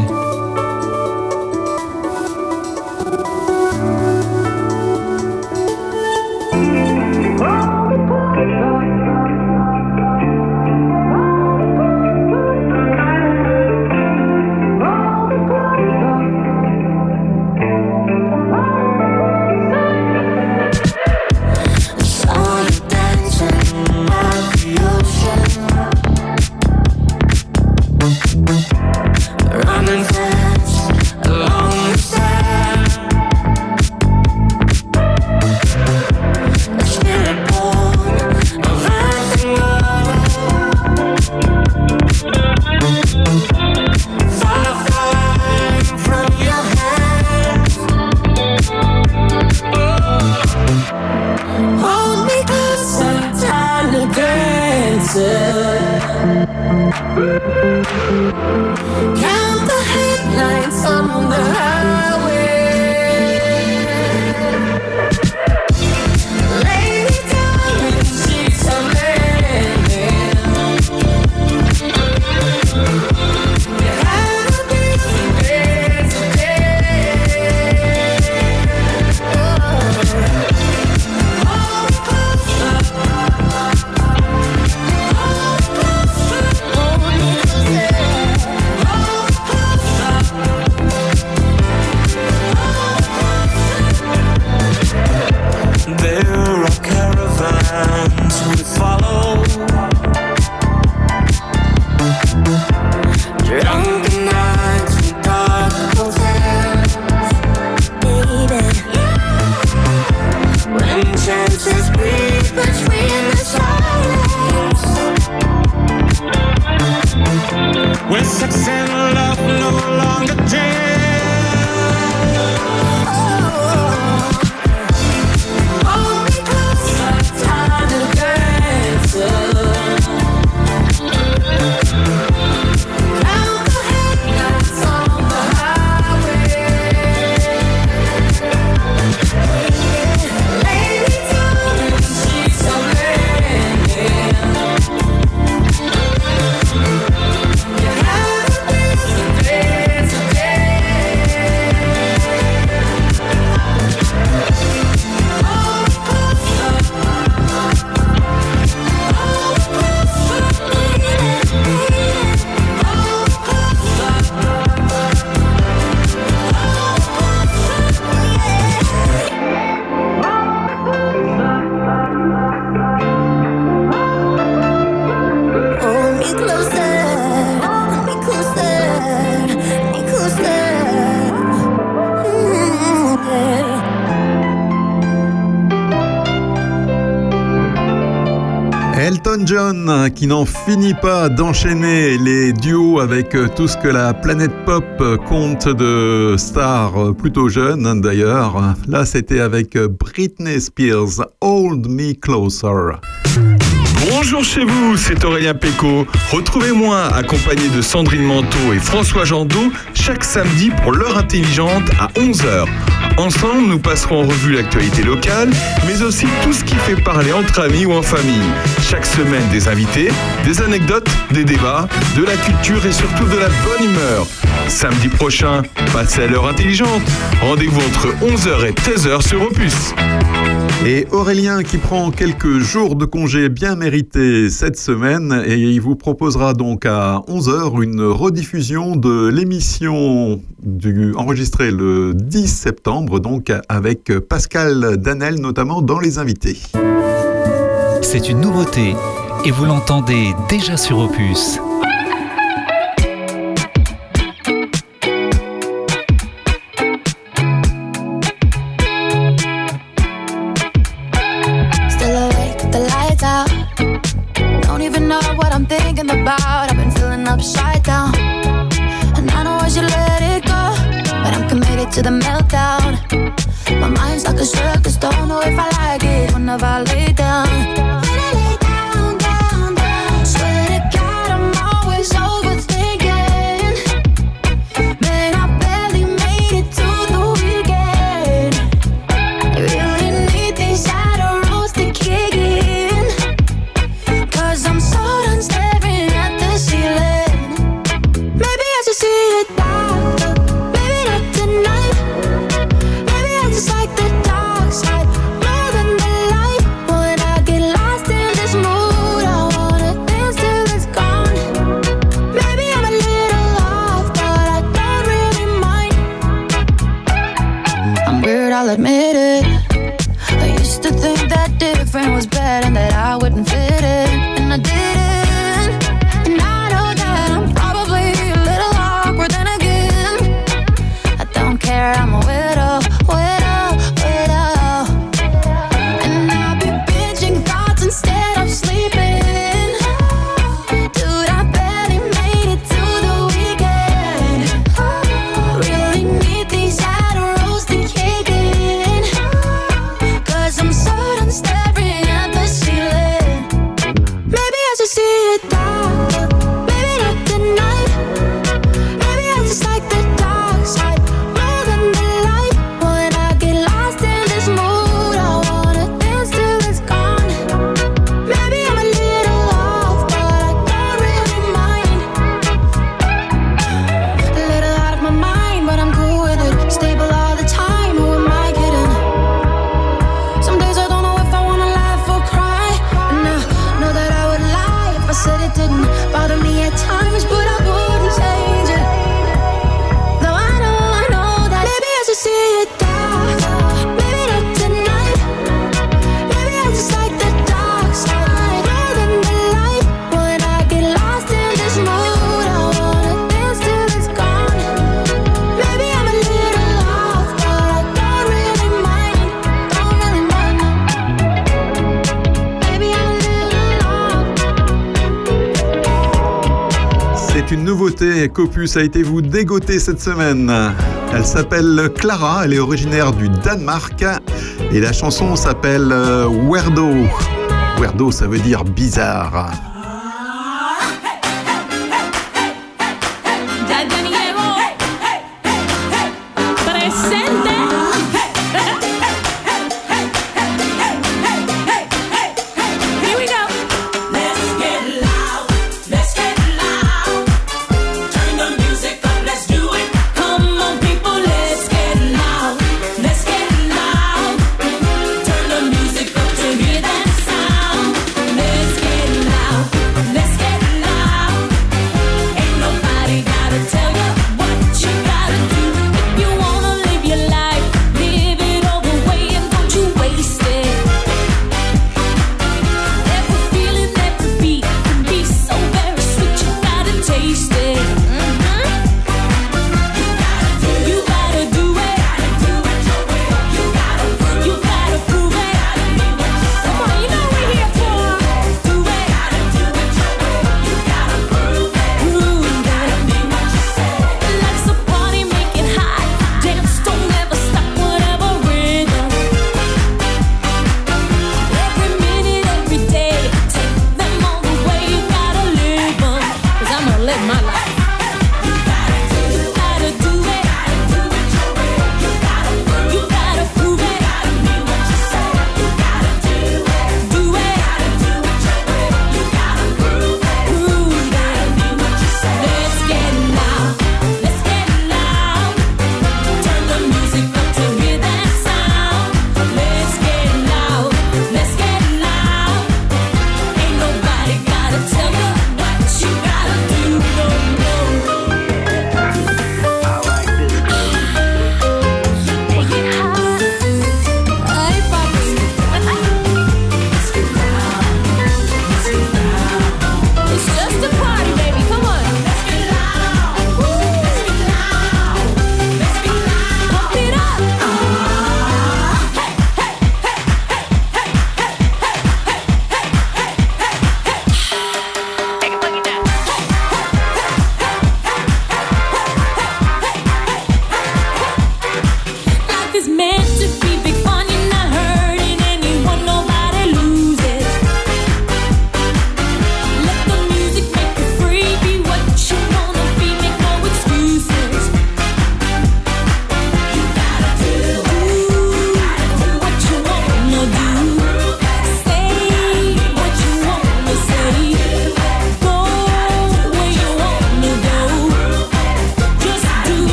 Elton John qui n'en finit pas d'enchaîner les duos avec tout ce que la planète pop compte de stars plutôt jeunes d'ailleurs. Là c'était avec Britney Spears, Hold Me Closer. Bonjour chez vous, c'est Aurélien Pécaud. Retrouvez-moi accompagné de Sandrine Manteau et François Jandot chaque samedi pour l'heure intelligente à 11h. Ensemble, nous passerons en revue l'actualité locale, mais aussi tout ce qui fait parler entre amis ou en famille. Chaque semaine, des invités, des anecdotes, des débats, de la culture et surtout de la bonne humeur. Samedi prochain, passez à l'heure intelligente. Rendez-vous entre 11h et 13h sur Opus. Et Aurélien qui prend quelques jours de congé bien mérités cette semaine et il vous proposera donc à 11h une rediffusion de l'émission enregistrée le 10 septembre donc avec Pascal Danel notamment dans les invités. C'est une nouveauté et vous l'entendez déjà sur Opus. Thinking about, I've been feeling upside down, and I know I should let it go, but I'm committed to the meltdown. My mind's like a circus, don't know if I like it whenever I lay down. When I lay down, down, down, swear to God I'm always overthinking. Man, I barely made it to the weekend. I really need these shadow rules to kick in, 'cause I'm so done staring at the ceiling. admit it. I used to think that different was bad and that I wouldn't fit in, and I didn't. And I know that I'm probably a little awkward, then again, I don't care, I'm a widow, widow, widow. And I'll be binging thoughts instead of sleeping. Dude, I barely made it to the weekend. Really need these Adderalls to kick in, 'cause I'm so done staring at the ceiling. Maybe I should see it dark, maybe not tonight. Maybe I just like the dark side more than the light. When I get lost in this mood, I wanna dance till it's gone. Maybe I'm a little off, but I don't really mind. A little out of my mind, but I'm cool with it. Stable all the time, who am I kidding? Some days I don't know if I wanna laugh or cry, and I know that I would lie if I said it didn't bother me at times, but I wouldn't change it. Though I know that maybe I should see it dark, maybe not tonight. Maybe I just like the dark side more than the light. When I get lost in this mood, I wanna dance till it's gone. Maybe I'm a little off, but I don't really mind. Don't really mind. Maybe I'm a little off. C'est une nouveauté qu'Opus a été vous dégoter cette semaine. Elle s'appelle Clara, elle est originaire du Danemark et la chanson s'appelle Weirdo. Weirdo, ça veut dire bizarre. Ya Daniego presente. Here we go. Let's get loud, let's get loud. Turn the music up, let's do it. Come on people, let's get loud, let's get loud. Turn the music up to hear that sound. Let's get loud.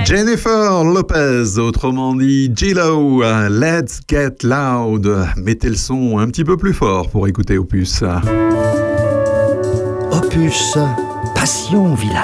Jennifer Lopez, autrement dit J-Lo, Let's Get Loud. Mettez le son un petit peu plus fort pour écouter Opus. Opus, Passion Village.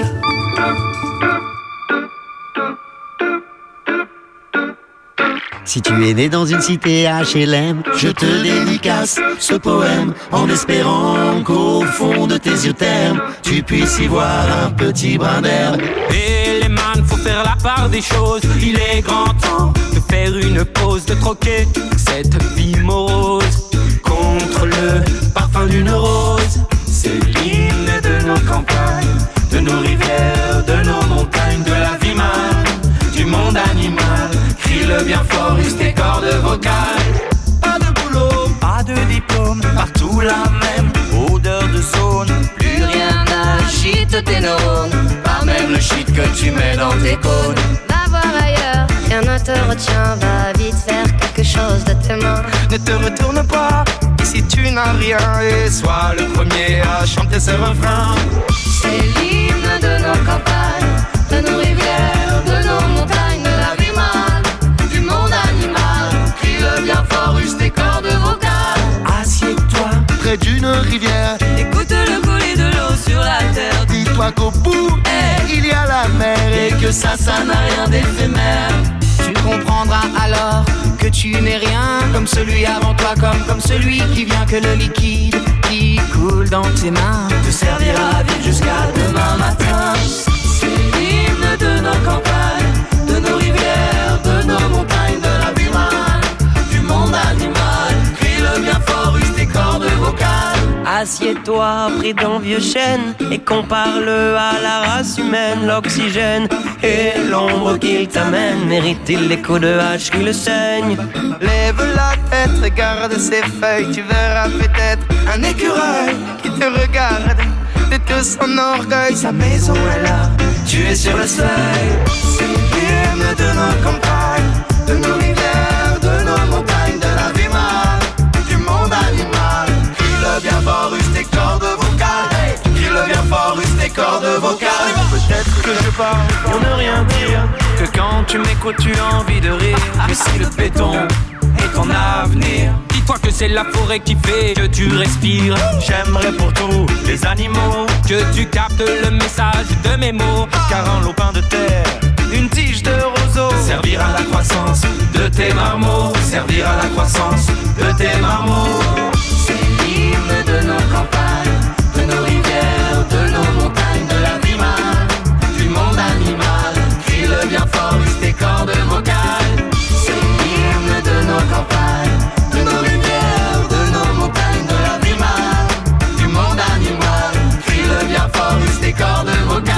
Si tu es né dans une cité HLM, je te dédicace ce poème en espérant qu'au fond de tes yeux termes, tu puisses y voir un petit brin d'herbe. Et les man, faut faire la part des choses. Il est grand temps de faire une pause, de troquer cette vie morose contre le parfum d'une rose. C'est l'hymne de nos campagnes, de nos rivières, de nos montagnes, de la vie man, du monde animal. Crie-le bien fort, use tes cordes vocales. Pas de boulot, pas de diplôme, partout la même odeur de zone. Plus rien n'agite tes neurones, pas même le shit que tu mets dans tes cônes. Va voir ailleurs, rien ne te retient, va vite faire quelque chose de tes mains. Ne te retourne pas, ici tu n'as rien, et sois le premier à chanter ce refrain. C'est l'hymne de nos campagnes, de nos rivières, de nos montagnes, de la vie man, du monde animal. Crie-le bien fort, use tes cordes vocales. Assieds-toi près d'une rivière, écoute le couler de l'eau sur la terre. Dis-toi qu'au bout, il y a la mer, et que ça n'a rien d'éphémère. Tu comprendras alors que tu n'es rien, comme celui avant toi, comme celui qui vient, que le liquide qui coule dans tes mains te servira à vivre jusqu'à demain matin. C'est l'hymne de nos campagnes, de nos rivières, de nos montagnes, de la vie man, du monde animal. Crie-le bien fort, use tes cordes vocales. Assieds-toi près d'un vieux chêne et compare-le à la race humaine. L'oxygène et l'ombre qu'il t'amène, mérite-t-il les coups de hache qui le saignent? Lève la tête, regarde ses feuilles, tu verras peut-être un écureuil qui te regarde de tout son orgueil. Sa maison est là, tu es sur le seuil. C'est l'hymne de nos campagnes, de nos rivières, de nos montagnes, de la vie man, du monde animal. Crie-le bien fort, use tes cordes vocales. Crie-le bien fort, use tes cordes vocales. Peut-être que je parle pour ne rien dire, que quand tu m'écoutes tu as envie de rire. Mais si le béton est ton avenir, dis-toi que c'est la forêt qui fait que tu respires. J'aimerais pour tous les animaux que tu captes le message de mes mots. Car un lopin de terre, une tige de roseau, servir à la croissance de tes marmots, servir à la croissance de tes marmots. C'est l'hymne de nos campagnes, de nos rivières, de nos montagnes, de la vie man, du monde animal. Crie-le bien fort, use tes cordes vocales. C'est l'hymne de nos campagnes, de nos rivières, de nos montagnes, de la vie man, du monde animal. Crie-le bien fort, use tes cordes vocales.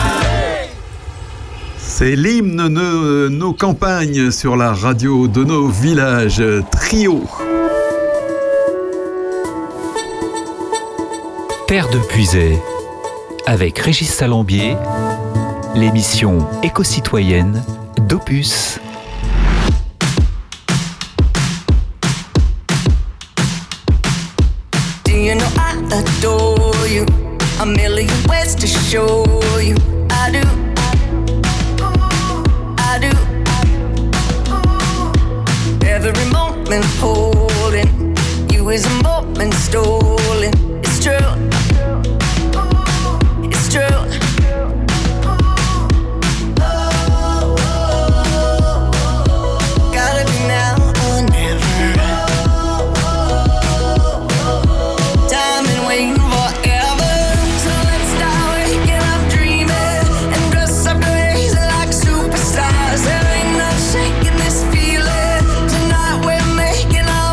C'est l'hymne de nos campagnes sur la radio de nos villages. Trio. Terre de Puisay, avec Régis Salambier, l'émission éco-citoyenne d'Opus. Do you know I adore you? A million ways to show you. I do, I do. Every moment holding you is a moment stolen. It's true, it's true. Gotta be now or never. Time and waiting forever. So let's start waking up dreaming and dress up crazy like superstars. There ain't no shaking this feeling. Tonight we're making our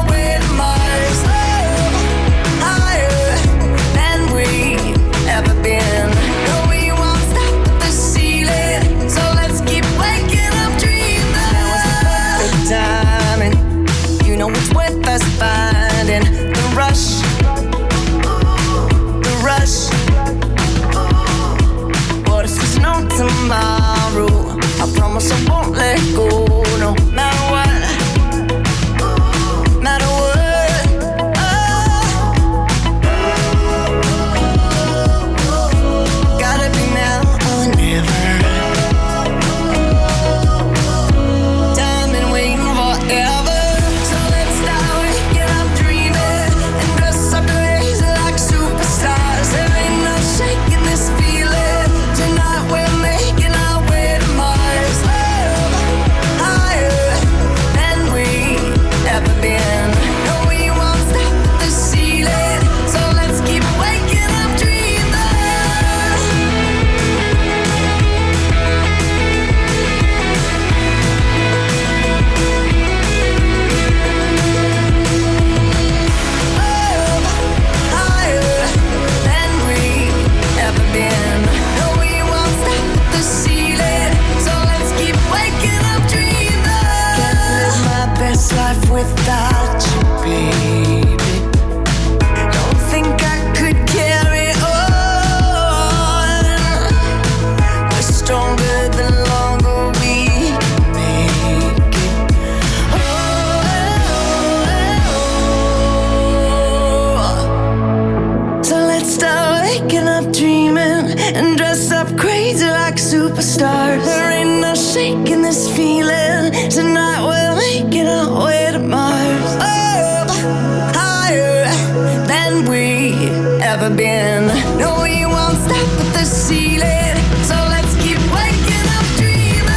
and dress up crazy like superstars. There ain't no shaking this feeling. Tonight we're making our way to Mars. Oh, higher than we ever been. No, we won't stop at the ceiling. So let's keep waking up dreaming.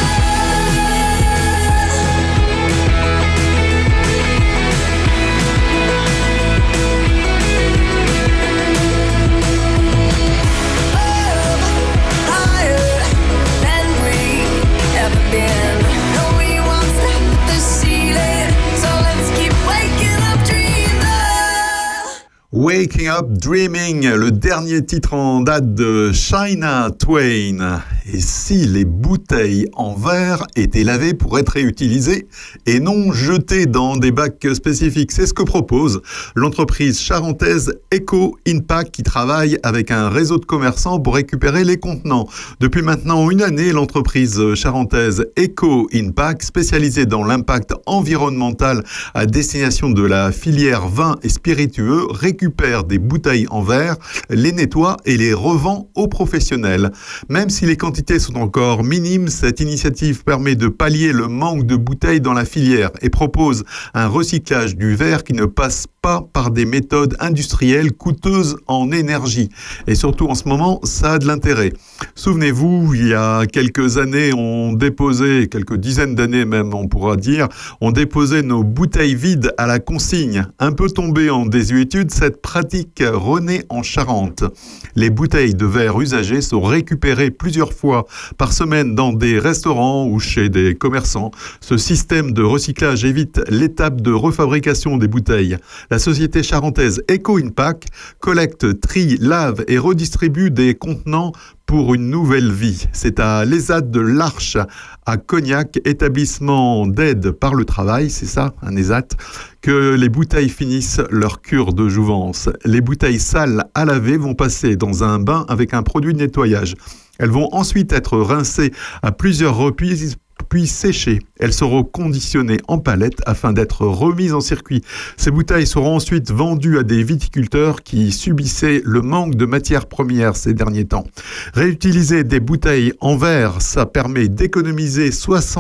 Waking Up Dreaming, le dernier titre en date de Shania Twain. Et si les bouteilles en verre étaient lavées pour être réutilisées et non jetées dans des bacs spécifiques? C'est ce que propose l'entreprise charentaise Eco Impact qui travaille avec un réseau de commerçants pour récupérer les contenants. Depuis maintenant une année, l'entreprise charentaise Eco Impact, spécialisée dans l'impact environnemental à destination de la filière vin et spiritueux, récupère des bouteilles en verre, les nettoie et les revend aux professionnels. Même si les quantités sont encore minimes, cette initiative permet de pallier le manque de bouteilles dans la filière et propose un recyclage du verre qui ne passe pas par des méthodes industrielles coûteuses en énergie. Et surtout en ce moment, ça a de l'intérêt. Souvenez-vous, il y a quelques années, on déposait, quelques dizaines d'années même on pourra dire, on déposait nos bouteilles vides à la consigne. Un peu tombée en désuétude, cette pratique renaît en Charente. Les bouteilles de verre usagées sont récupérées plusieurs fois par semaine dans des restaurants ou chez des commerçants. Ce système de recyclage évite l'étape de refabrication des bouteilles. La société charentaise Eco Impact collecte, trie, lave et redistribue des contenants pour une nouvelle vie. C'est à l'ESAT de l'Arche, à Cognac, établissement d'aide par le travail, c'est ça, un ESAT, que les bouteilles finissent leur cure de jouvence. Les bouteilles sales à laver vont passer dans un bain avec un produit de nettoyage. Elles vont ensuite être rincées à plusieurs reprises puis séchées. Elles seront conditionnées en palettes afin d'être remises en circuit. Ces bouteilles seront ensuite vendues à des viticulteurs qui subissaient le manque de matières premières ces derniers temps. Réutiliser des bouteilles en verre, ça permet d'économiser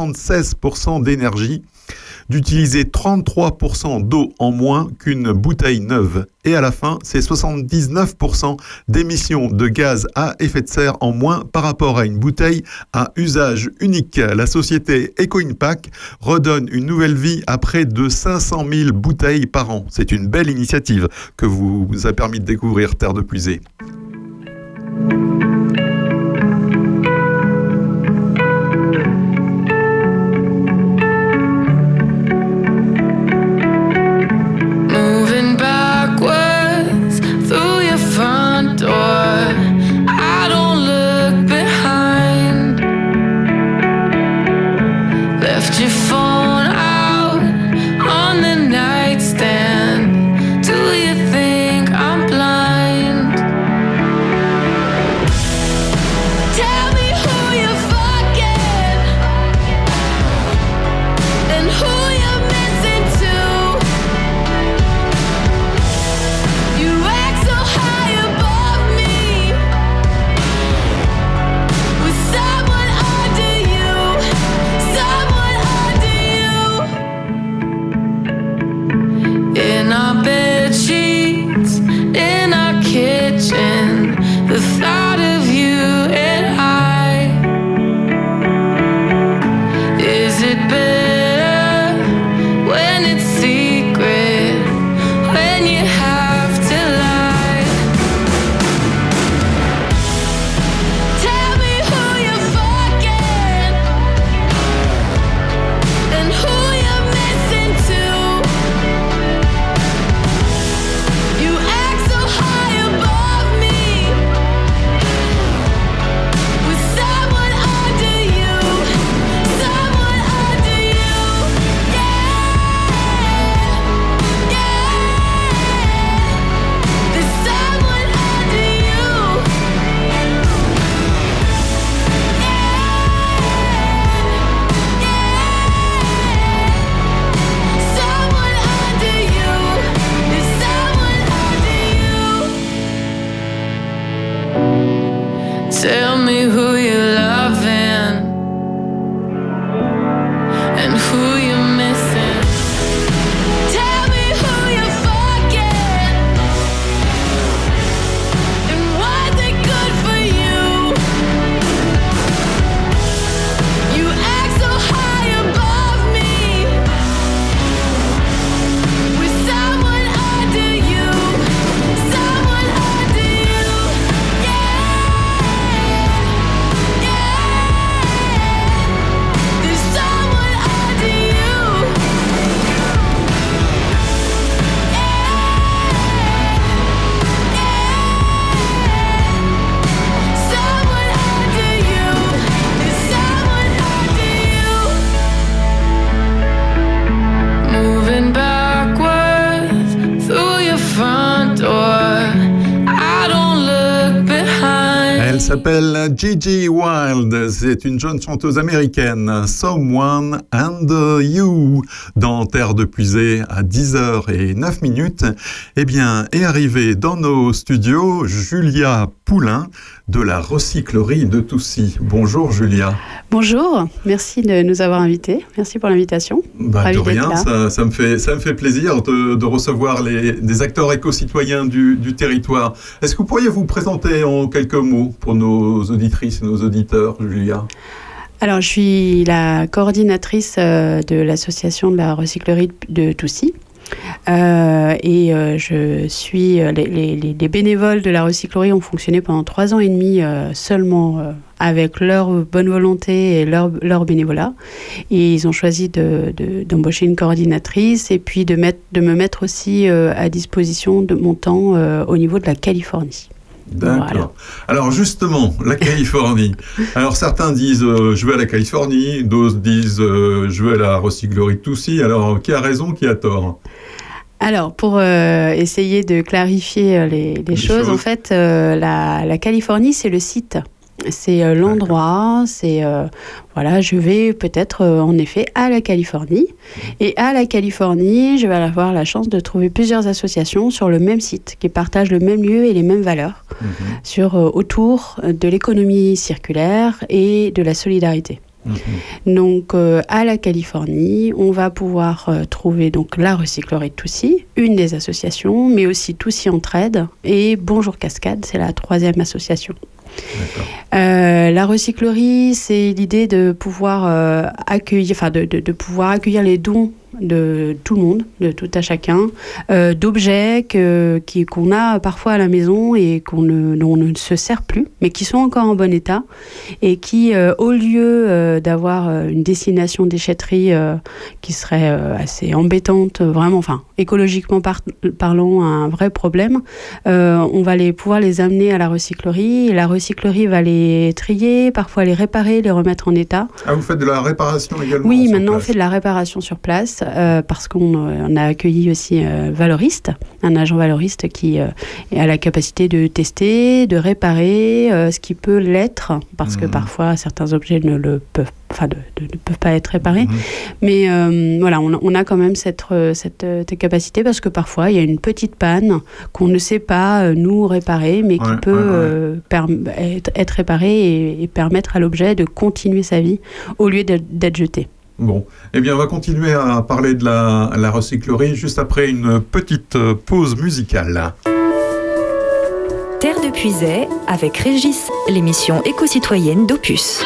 76% d'énergie, d'utiliser 33% d'eau en moins qu'une bouteille neuve. Et à la fin, c'est 79% d'émissions de gaz à effet de serre en moins par rapport à une bouteille à usage unique. La société Eco Impact redonne une nouvelle vie à près de 500 000 bouteilles par an. C'est une belle initiative que vous a permis de découvrir Terre de Puisée. Nightstand. Do you think I'm blind? Tell me who you're loving and who you're missing. Tell me who you're fucking and was it good for you? You act so high above me with someone under you, someone under you. There's someone under you. Someone under you. There's someone under you. Moving backwards through your front door. I don't look behind. Elle s'appelle Gigi Wild, c'est une jeune chanteuse américaine, Someone Under You, dans Terre de Puisée à 10h09. Eh bien, est arrivée dans nos studios Julia Poulain de la recyclerie de Toussy. Bonjour Julia. Bonjour, merci de nous avoir invités. Merci pour l'invitation. De rien, ça me fait plaisir de recevoir des acteurs éco-citoyens du territoire. Est-ce que vous pourriez vous présenter en quelques mots pour nos auditrices et nos auditeurs, Julia ? Alors, je suis la coordinatrice de l'association de la recyclerie de Toussy. Je suis les bénévoles de la recyclerie ont fonctionné pendant 3 ans et demi seulement avec leur bonne volonté et leur bénévolat, et ils ont choisi d'embaucher une coordinatrice et puis de me mettre aussi à disposition de mon temps au niveau de la Californie. D'accord. Voilà. Alors justement, la Californie. Alors certains disent je vais à la Californie, d'autres disent je vais à la recyclerie de Toussy. Alors qui a raison, qui a tort ? Alors, pour essayer de clarifier les choses, en fait, la Californie, c'est le site. C'est l'endroit, c'est... voilà, je vais peut-être, en effet, à la Californie. Et à la Californie, je vais avoir la chance de trouver plusieurs associations sur le même site, qui partagent le même lieu et les mêmes valeurs, autour de l'économie circulaire et de la solidarité. Donc, à la Californie, on va pouvoir trouver donc la recyclerie de Toussy, une des associations, mais aussi Toussy Entraide et Bonjour Cascade, c'est la 3e association. La recyclerie, c'est l'idée de pouvoir de pouvoir accueillir les dons de tout le monde, de tout à chacun, d'objets qu'on a parfois à la maison et dont on ne se sert plus, mais qui sont encore en bon état et qui, au lieu d'avoir une destination déchetterie qui serait assez embêtante, vraiment, écologiquement parlant, un vrai problème, on va pouvoir les amener à la recyclerie, et la recyclerie va les trier, parfois les réparer, les remettre en état. Ah, vous faites de la réparation également ? Oui, maintenant on fait de la réparation sur place. Parce qu'on a accueilli aussi Valoriste, un agent valoriste qui a la capacité de tester, de réparer ce qui peut l'être, parce que parfois certains objets ne peuvent pas être réparés. Mais voilà, on a quand même cette capacité, parce que parfois il y a une petite panne qu'on ne sait pas nous réparer, mais qui peut être réparée et permettre à l'objet de continuer sa vie au lieu d'être jeté. Bon, eh bien on va continuer à parler de la recyclerie juste après une petite pause musicale. Terre de Puisay avec Régis, l'émission éco-citoyenne d'Opus.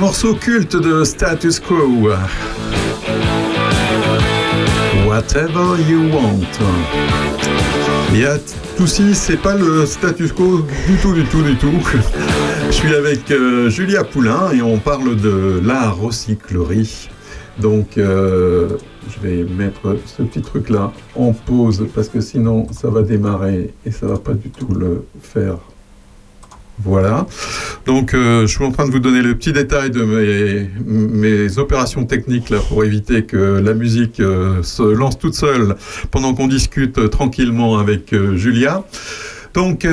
morceau culte de Status Quo. Whatever you want. Il y a tout si, c'est pas le status quo du tout. Je suis avec Julia Poulain et on parle de la recyclerie. Donc, je vais mettre ce petit truc-là en pause parce que sinon, ça va démarrer et ça va pas du tout le faire. Voilà. Donc, je suis en train de vous donner le petit détail de mes opérations techniques là pour éviter que la musique se lance toute seule pendant qu'on discute tranquillement avec Julia. Donc,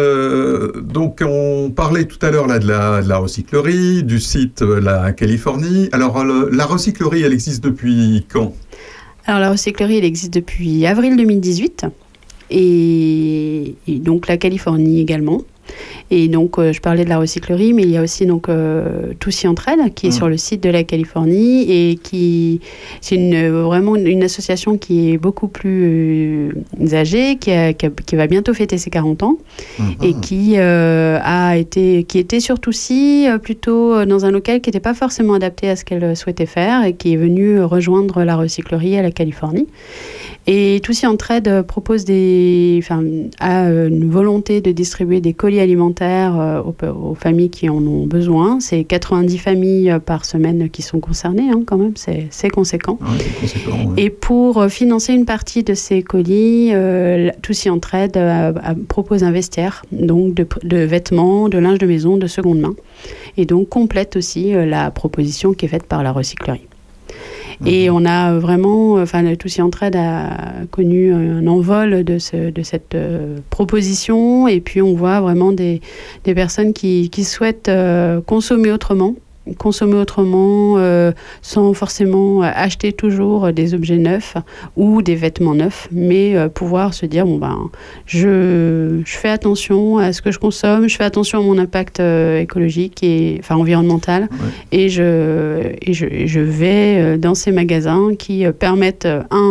on parlait tout à l'heure là de la recyclerie, du site La Californie. Alors, la recyclerie, elle existe depuis quand ? Alors, la recyclerie, elle existe depuis avril 2018 et donc la Californie également. Et donc, je parlais de la recyclerie, mais il y a aussi donc Toucy Entraide qui est sur le site de la Californie et c'est vraiment une association qui est beaucoup plus âgée, qui va bientôt fêter ses 40 ans et qui était sur Toucy plutôt dans un local qui n'était pas forcément adapté à ce qu'elle souhaitait faire et qui est venue rejoindre la recyclerie à la Californie. Et Toucy Entraide propose a une volonté de distribuer des colis alimentaires aux familles qui en ont besoin. C'est 90 familles par semaine qui sont concernées, quand même, c'est conséquent. Ouais, c'est conséquent, ouais. Et pour financer une partie de ces colis, Toucy Entraide propose un vestiaire, donc de vêtements, de linge de maison, de seconde main. Et donc complète aussi la proposition qui est faite par la recyclerie. Et on a vraiment, Toucy Entraide a connu un envol de cette proposition. Et puis on voit vraiment des personnes qui souhaitent consommer autrement sans forcément acheter toujours des objets neufs ou des vêtements neufs, mais pouvoir se dire je fais attention à ce que je consomme, je fais attention à mon impact écologique et environnemental, et je vais dans ces magasins qui permettent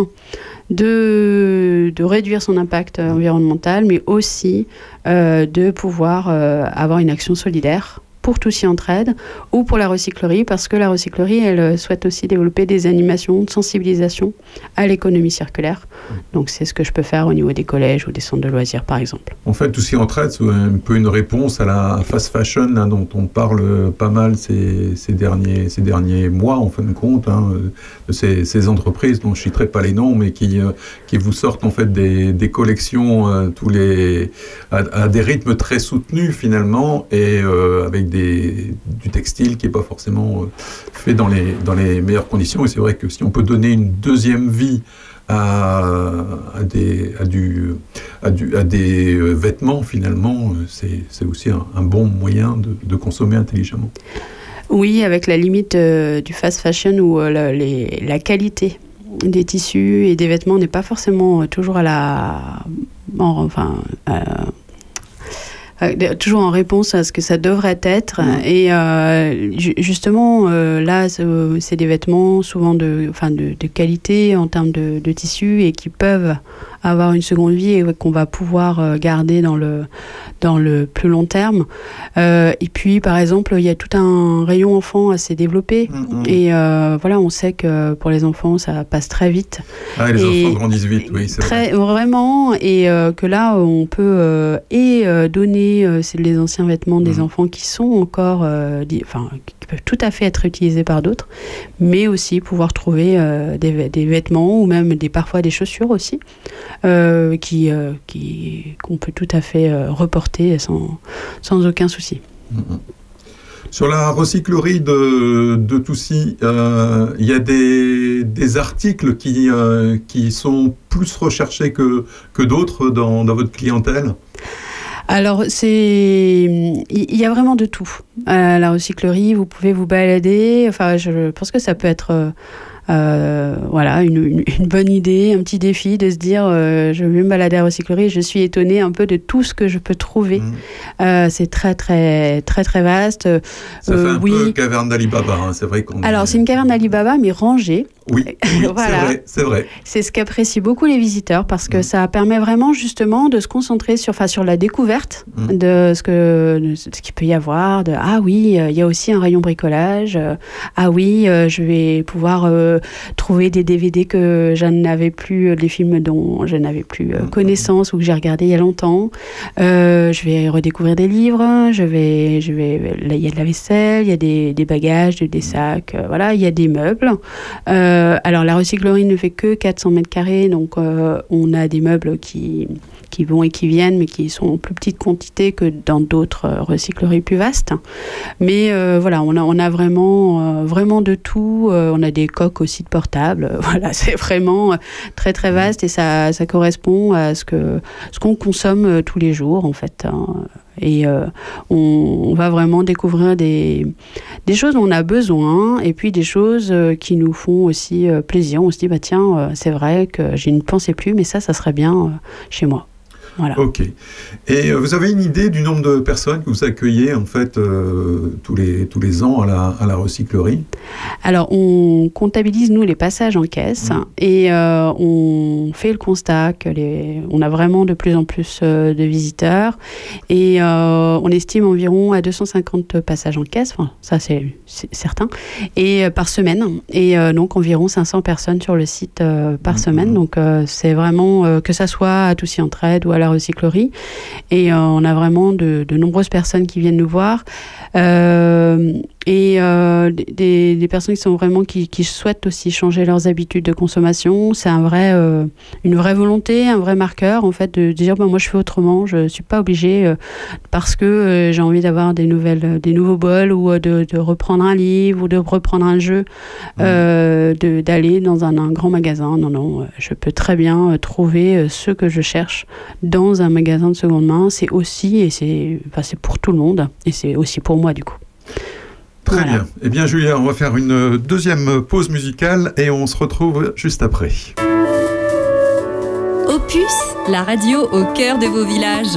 de réduire son impact environnemental, mais aussi de pouvoir avoir une action solidaire pour Toucy Entraide ou pour la recyclerie, parce que la recyclerie, elle souhaite aussi développer des animations de sensibilisation à l'économie circulaire. Donc c'est ce que je peux faire au niveau des collèges ou des centres de loisirs, par exemple. En fait, Toucy Entraide, c'est un peu une réponse à la fast fashion là, dont on parle pas mal ces derniers mois, en fin de compte, de ces entreprises dont je ne citerai pas les noms, mais qui vous sortent en fait des collections à des rythmes très soutenus finalement, et avec du textile qui n'est pas forcément fait dans les meilleures conditions. Et c'est vrai que si on peut donner une deuxième vie à des vêtements, finalement, c'est aussi un bon moyen de consommer intelligemment. Oui, avec la limite du fast fashion où la qualité des tissus et des vêtements n'est pas forcément toujours toujours en réponse à ce que ça devrait être. Et justement, là, c'est des vêtements souvent de qualité en termes de tissu et qui peuvent avoir une seconde vie et qu'on va pouvoir garder dans le plus long terme. Et puis, par exemple, il y a tout un rayon enfant assez développé. Et on sait que pour les enfants, ça passe très vite. Ah, les enfants grandissent vite, oui, c'est vrai. Vraiment, et que là, on peut donner les anciens vêtements des enfants qui sont encore, qui peuvent tout à fait être utilisés par d'autres, mais aussi pouvoir trouver des vêtements ou même parfois des chaussures aussi, qu'on peut tout à fait reporter sans aucun souci. Sur la recyclerie de Toucy, il y a des articles qui sont plus recherchés que d'autres dans votre clientèle ? Alors, il y a vraiment de tout. À la recyclerie, vous pouvez vous balader. Je pense que ça peut être une bonne idée, un petit défi de se dire je vais me balader à la recyclerie, je suis étonnée un peu de tout ce que je peux trouver. C'est très très très très vaste. Ça fait un peu caverne d'Ali Baba, c'est vrai qu'on... Alors c'est une caverne d'Ali Baba mais rangée, Oui, voilà. c'est vrai. C'est ce qu'apprécient beaucoup les visiteurs parce que ça permet vraiment justement de se concentrer sur la découverte de ce qu'il peut y avoir. Ah oui, il y a aussi un rayon bricolage. Ah oui, je vais pouvoir trouver des DVD que je n'avais plus, des films dont je n'avais plus connaissance ou que j'ai regardé il y a longtemps. Je vais redécouvrir des livres. Là, il y a de la vaisselle, il y a des bagages, des sacs. Voilà, il y a des meubles. Alors la recyclerie ne fait que 400 mètres carrés, donc on a des meubles qui vont et qui viennent, mais qui sont en plus petite quantité que dans d'autres recycleries plus vastes. Mais voilà, on a vraiment de tout. On a des coques aussi de portables. Voilà, c'est vraiment très très vaste et ça correspond à ce qu'on consomme tous les jours en fait. Et on va vraiment découvrir des choses dont on a besoin et puis des choses qui nous font aussi plaisir. On se dit, tiens, c'est vrai que je n'y pensais plus, mais ça serait bien chez moi. Voilà. Ok. Et vous avez une idée du nombre de personnes que vous accueillez en fait tous les ans à la recyclerie? Alors on comptabilise nous les passages en caisse et on fait le constat que on a vraiment de plus en plus de visiteurs et on estime environ à 250 passages en caisse. Enfin, ça c'est certain. Et par semaine et donc environ 500 personnes sur le site par semaine. Donc c'est vraiment que ça soit à Toucy-Entraide ou à la recyclerie et on a vraiment de nombreuses personnes qui viennent nous voir et des personnes qui sont vraiment qui souhaitent aussi changer leurs habitudes de consommation. C'est une vraie volonté, un vrai marqueur en fait de dire moi je fais autrement, je suis pas obligée parce que j'ai envie d'avoir des nouveaux bols ou de reprendre un livre ou de reprendre un jeu d'aller dans un grand magasin. Non, je peux très bien trouver ce que je cherche dans un magasin de seconde main. C'est aussi et c'est pour tout le monde et c'est aussi pour moi du coup. Très bien. Eh bien, Julia, on va faire une deuxième pause musicale et on se retrouve juste après. Opus, la radio au cœur de vos villages.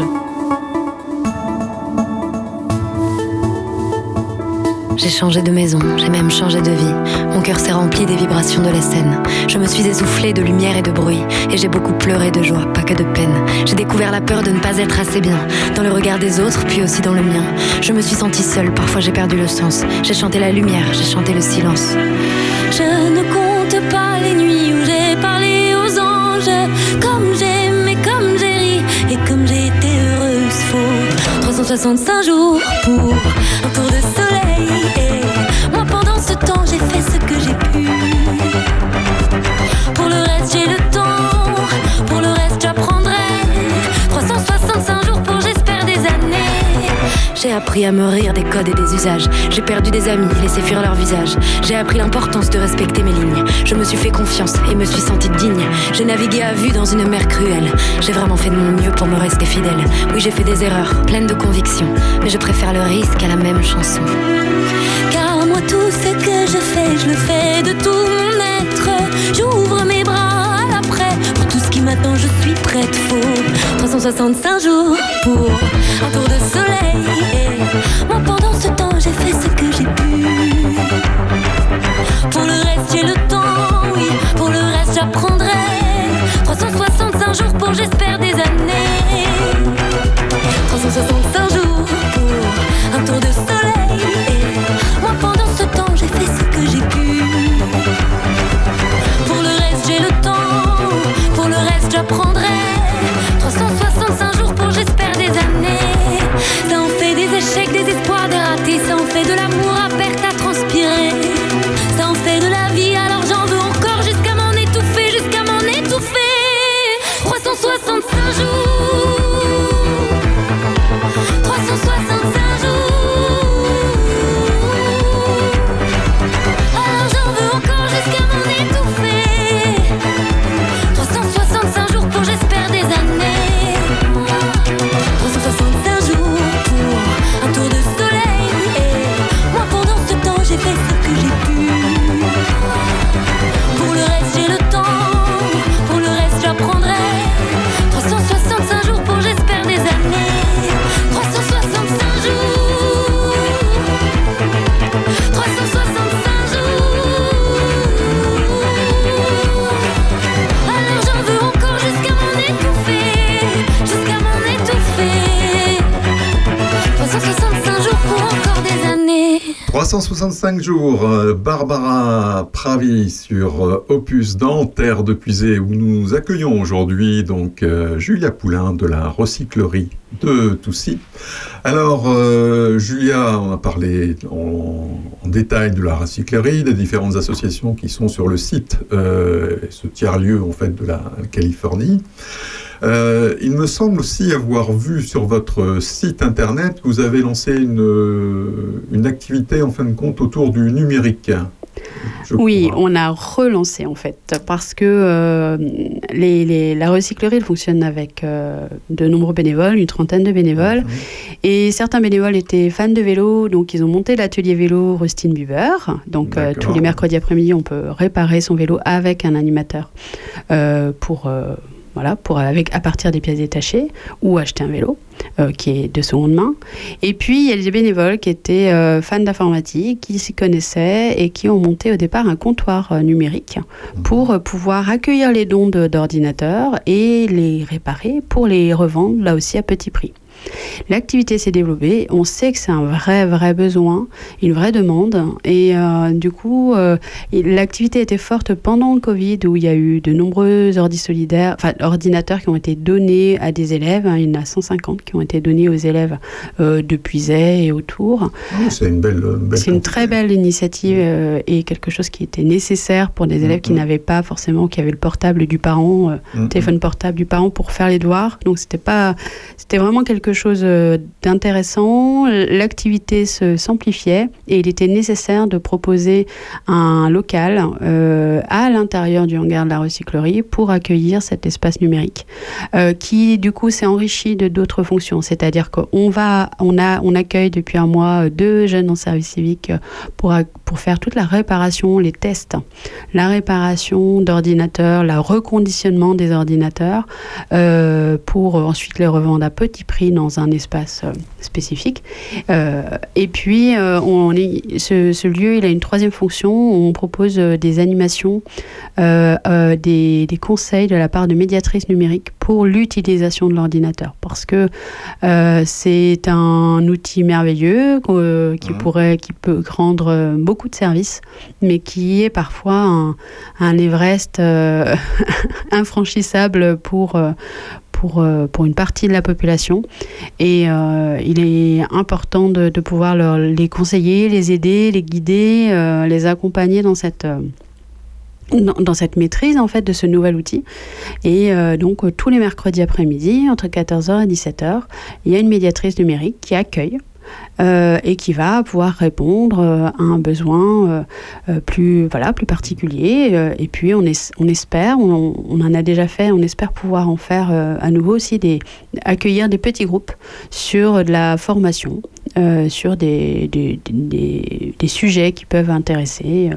J'ai changé de maison, j'ai même changé de vie. Mon cœur s'est rempli des vibrations de la scène. Je me suis essoufflée de lumière et de bruit. Et j'ai beaucoup pleuré de joie, pas que de peine. J'ai découvert la peur de ne pas être assez bien. Dans le regard des autres, puis aussi dans le mien. Je me suis sentie seule, parfois j'ai perdu le sens. J'ai chanté la lumière, j'ai chanté le silence. Je ne compte pas les nuits où j'ai parlé aux anges. Comme j'ai aimé, comme j'ai ri et comme j'ai été heureuse. Faut 365 jours pour un tour de soleil. Et moi pendant ce temps j'ai fait ce que j'ai pu. Pour le reste j'ai le temps, pour le reste j'apprendrai. 365 jours pour j'espère des années. J'ai appris à me rire des codes et des usages. J'ai perdu des amis, laissé fuir leur visage. J'ai appris l'importance de respecter mes lignes. Je me suis fait confiance et me suis sentie digne. J'ai navigué à vue dans une mer cruelle. J'ai vraiment fait de mon mieux pour me rester fidèle. Oui, j'ai fait des erreurs, pleines de conviction. Mais je préfère le risque à la même chanson. Car moi tout ce que je le fais de tout mon être. J'ouvre mes bras à l'après. Pour tout ce qui m'attend je suis prête. Faut 365 jours pour un tour de soleil. Et moi pendant ce temps j'ai fait ce que j'ai pu. Pour le reste j'ai le temps, oui. Pour le reste j'apprendrai. 365 jours pour j'espère des années. 365 jours pour un tour de soleil. Et moi pendant ce temps j'ai fait ce que j'ai pu. Pour le reste j'ai le temps. Pour le reste j'apprendrai. 365 jours pour j'espère des années. Ça en fait des échecs 365 jours, Barbara Pravi sur Opus dans Terre de Puisée, où nous accueillons aujourd'hui donc Julia Poulain de la recyclerie de Toucy. Alors Julia, on a parlé en détail de la recyclerie, des différentes associations qui sont sur le site, ce tiers-lieu en fait de la Californie. Il me semble aussi avoir vu sur votre site internet que vous avez lancé une activité en fin de compte autour du numérique. Oui, on a relancé en fait, parce que la recyclerie elle fonctionne avec de nombreux bénévoles, une trentaine de bénévoles, et certains bénévoles étaient fans de vélo, donc ils ont monté l'atelier vélo Rustine Buber. Donc tous les mercredis après-midi, on peut réparer son vélo avec un animateur à partir des pièces détachées, ou acheter un vélo qui est de seconde main. Et puis il y a des bénévoles qui étaient fans d'informatique, qui s'y connaissaient et qui ont monté au départ un comptoir numérique pour pouvoir accueillir les dons d'ordinateurs et les réparer pour les revendre là aussi à petit prix. L'activité s'est développée, on sait que c'est un vrai besoin, une vraie demande, et du coup l'activité était forte pendant le Covid, où il y a eu de nombreux ordinateurs qui ont été donnés à des élèves, il y en a 150 qui ont été donnés aux élèves de Puisay et autour. C'est une belle c'est une très belle initiative et quelque chose qui était nécessaire pour des élèves qui n'avaient pas forcément, qui avaient le portable du parent, téléphone portable du parent pour faire les devoirs, donc c'était vraiment quelque chose d'intéressant. L'activité s'amplifiait et il était nécessaire de proposer un local à l'intérieur du hangar de la recyclerie pour accueillir cet espace numérique qui du coup s'est enrichi de d'autres fonctions, c'est-à-dire qu'on accueille depuis un mois 2 jeunes en service civique pour faire toute la réparation, les tests, la réparation d'ordinateurs, le reconditionnement des ordinateurs pour ensuite les revendre à petit prix dans un espace spécifique. Et puis, ce lieu, il a une troisième fonction. On propose des animations, des conseils de la part de médiatrices numériques pour l'utilisation de l'ordinateur. Parce que c'est un outil merveilleux qui peut rendre beaucoup de services, mais qui est parfois un Everest infranchissable pour une partie de la population, et il est important de pouvoir les conseiller, les aider, les guider, les accompagner dans cette maîtrise en fait de ce nouvel outil. Et donc tous les mercredis après-midi entre 14h et 17h, il y a une médiatrice numérique qui accueille et qui va pouvoir répondre à un besoin plus particulier. Et puis on espère, on en a déjà fait, on espère pouvoir en faire à nouveau aussi accueillir des petits groupes sur de la formation, sur des sujets qui peuvent intéresser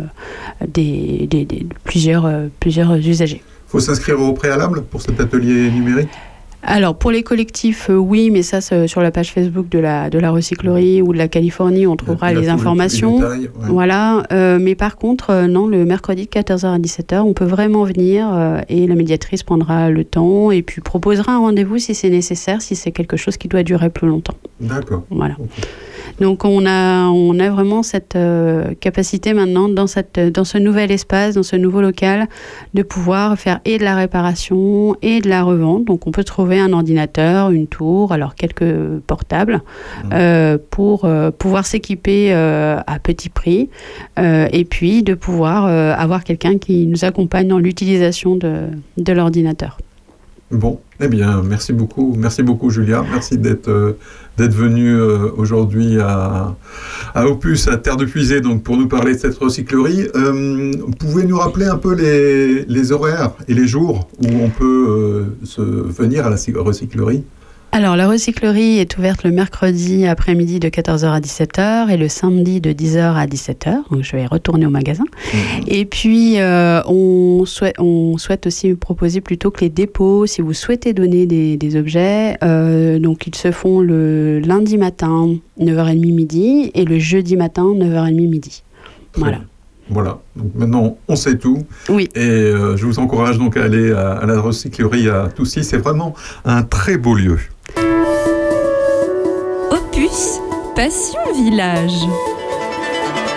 plusieurs usagers. Il faut s'inscrire au préalable pour cet atelier numérique ? Alors, pour les collectifs, oui, mais ça, sur la page Facebook de la recyclerie ou de la Californie, on trouvera les informations. Les détails, ouais. Voilà. Mais par contre, non, le mercredi de 14h à 17h, on peut vraiment venir et la médiatrice prendra le temps et puis proposera un rendez-vous si c'est nécessaire, si c'est quelque chose qui doit durer plus longtemps. D'accord. Voilà. Okay. Donc, on a vraiment cette capacité maintenant, dans ce nouvel espace, dans ce nouveau local, de pouvoir faire et de la réparation et de la revente. Donc, on peut trouver un ordinateur, une tour, alors quelques portables, pour pouvoir s'équiper à petit prix, et puis de pouvoir avoir quelqu'un qui nous accompagne dans l'utilisation de l'ordinateur. Bon, eh bien, merci beaucoup Julia, merci d'être venue aujourd'hui à Opus, à Terre de Puisée, donc pour nous parler de cette recyclerie. Pouvez nous rappeler un peu les horaires et les jours où on peut venir à la recyclerie ? Alors, la recyclerie est ouverte le mercredi après-midi de 14h à 17h et le samedi de 10h à 17h. Donc, je vais retourner au magasin. Et puis, on souhaite aussi proposer plutôt que les dépôts, si vous souhaitez donner des objets, donc ils se font le lundi matin, 9h30 midi, et le jeudi matin, 9h30 midi. Voilà. Voilà, donc maintenant on sait tout. Oui. Et je vous encourage donc à aller à la recyclerie à Toucy. C'est vraiment un très beau lieu. Opus Passion Village.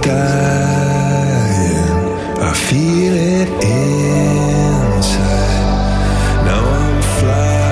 sky and I feel it inside. Now I'm flying.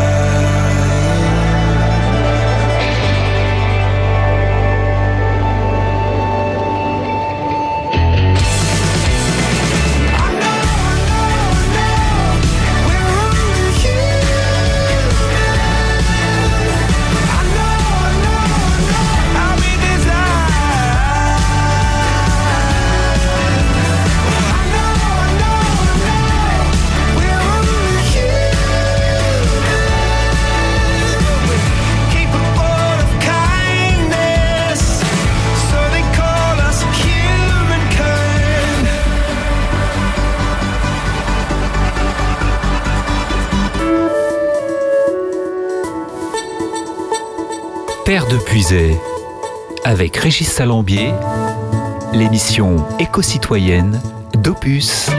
Père de Puisay, avec Régis Salambier, l'émission éco-citoyenne d'Opus.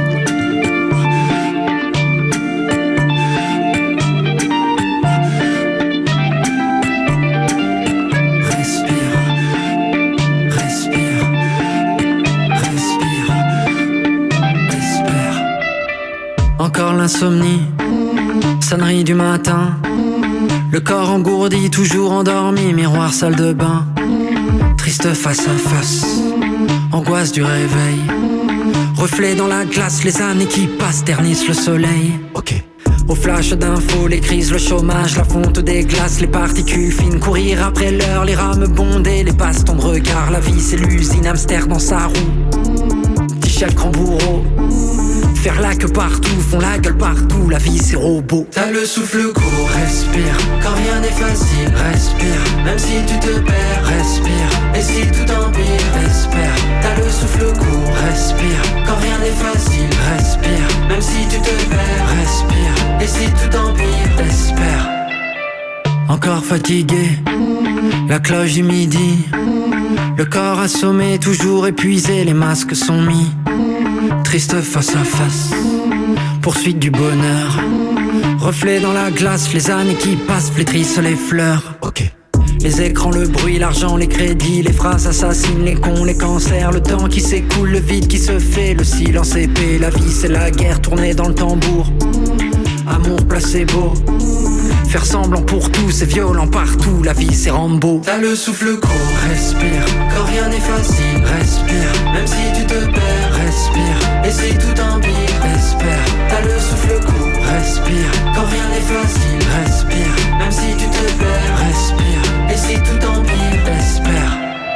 Encore l'insomnie, sonnerie du matin. Le corps engourdi, toujours endormi, miroir salle de bain. Triste face à face, angoisse du réveil. Reflet dans la glace, les années qui passent ternissent le soleil. Au flash d'infos, les crises, le chômage, la fonte des glaces, les particules fines, courir après l'heure, les rames bondées, les bastons de regard. La vie c'est l'usine, hamster dans sa roue. Petit chef grand bourreau, faire la queue partout, font la gueule partout, la vie c'est robot. T'as le souffle court, respire, quand rien n'est facile, respire. Même si tu te perds, respire, et si tout empire, espère. T'as le souffle court, respire, quand rien n'est facile, respire. Même si tu te perds, respire, et si tout empire, espère. Encore fatigué, la cloche du midi, le corps assommé, toujours épuisé, les masques sont mis. Triste face à face, poursuite du bonheur. Reflet dans la glace, les années qui passent flétrissent les fleurs. Les écrans, le bruit, l'argent, les crédits, les phrases assassinent les cons, les cancers. Le temps qui s'écoule, le vide qui se fait, le silence épais. La vie c'est la guerre tournée dans le tambour. Amour placebo, faire semblant pour tout, c'est violent partout. La vie c'est Rambo. T'as le souffle court, respire, quand rien n'est facile, respire. Même si tu te perds, respire, et si tout empire, espère. T'as le souffle court, respire, quand rien n'est facile, respire. Même si tu te perds, respire, et si tout empire, espère.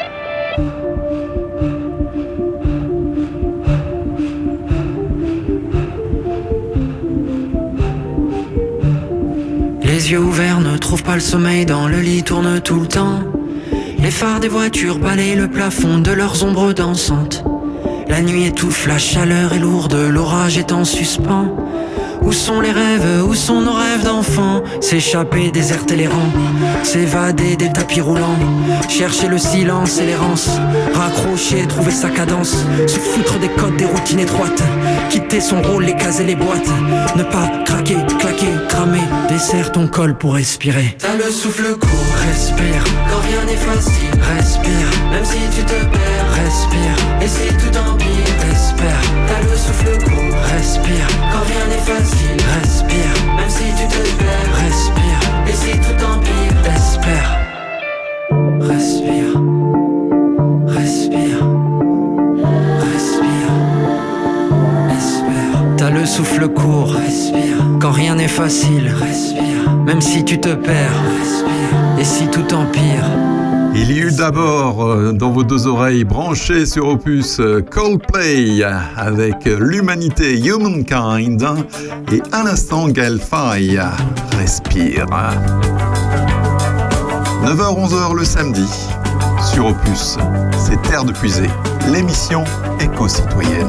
Les yeux ouverts ne trouvent pas le sommeil, dans le lit tournent tout le temps. Les phares des voitures balayent le plafond de leurs ombres dansantes. La nuit étouffe, la chaleur est lourde, l'orage est en suspens. Où sont les rêves, où sont nos rêves d'enfants? S'échapper, déserter les rangs, s'évader des tapis roulants. Chercher le silence et l'errance, raccrocher, trouver sa cadence. Se foutre des codes, des routines étroites. Quitter son rôle, les cases et les boîtes. Ne pas craquer, claquer, cramer. Desserre ton col pour respirer. T'as le souffle court, respire, quand rien n'est facile, respire. Même si tu te perds, respire, et si tout empire, espère. T'as le souffle court, respire, quand rien n'est facile, respire. Même si tu te perds, respire, et si tout empire, espère. Respire, respire, respire, espère. T'as le souffle court, respire, quand rien n'est facile, respire. Même si tu te perds, respire, et si tout empire. Il y eut d'abord dans vos deux oreilles branchées sur Opus Coldplay avec l'humanité Humankind et à l'instant Gaël Faye, Respire. 9h-11h le samedi sur Opus, c'est Terre de Puisay, l'émission éco-citoyenne.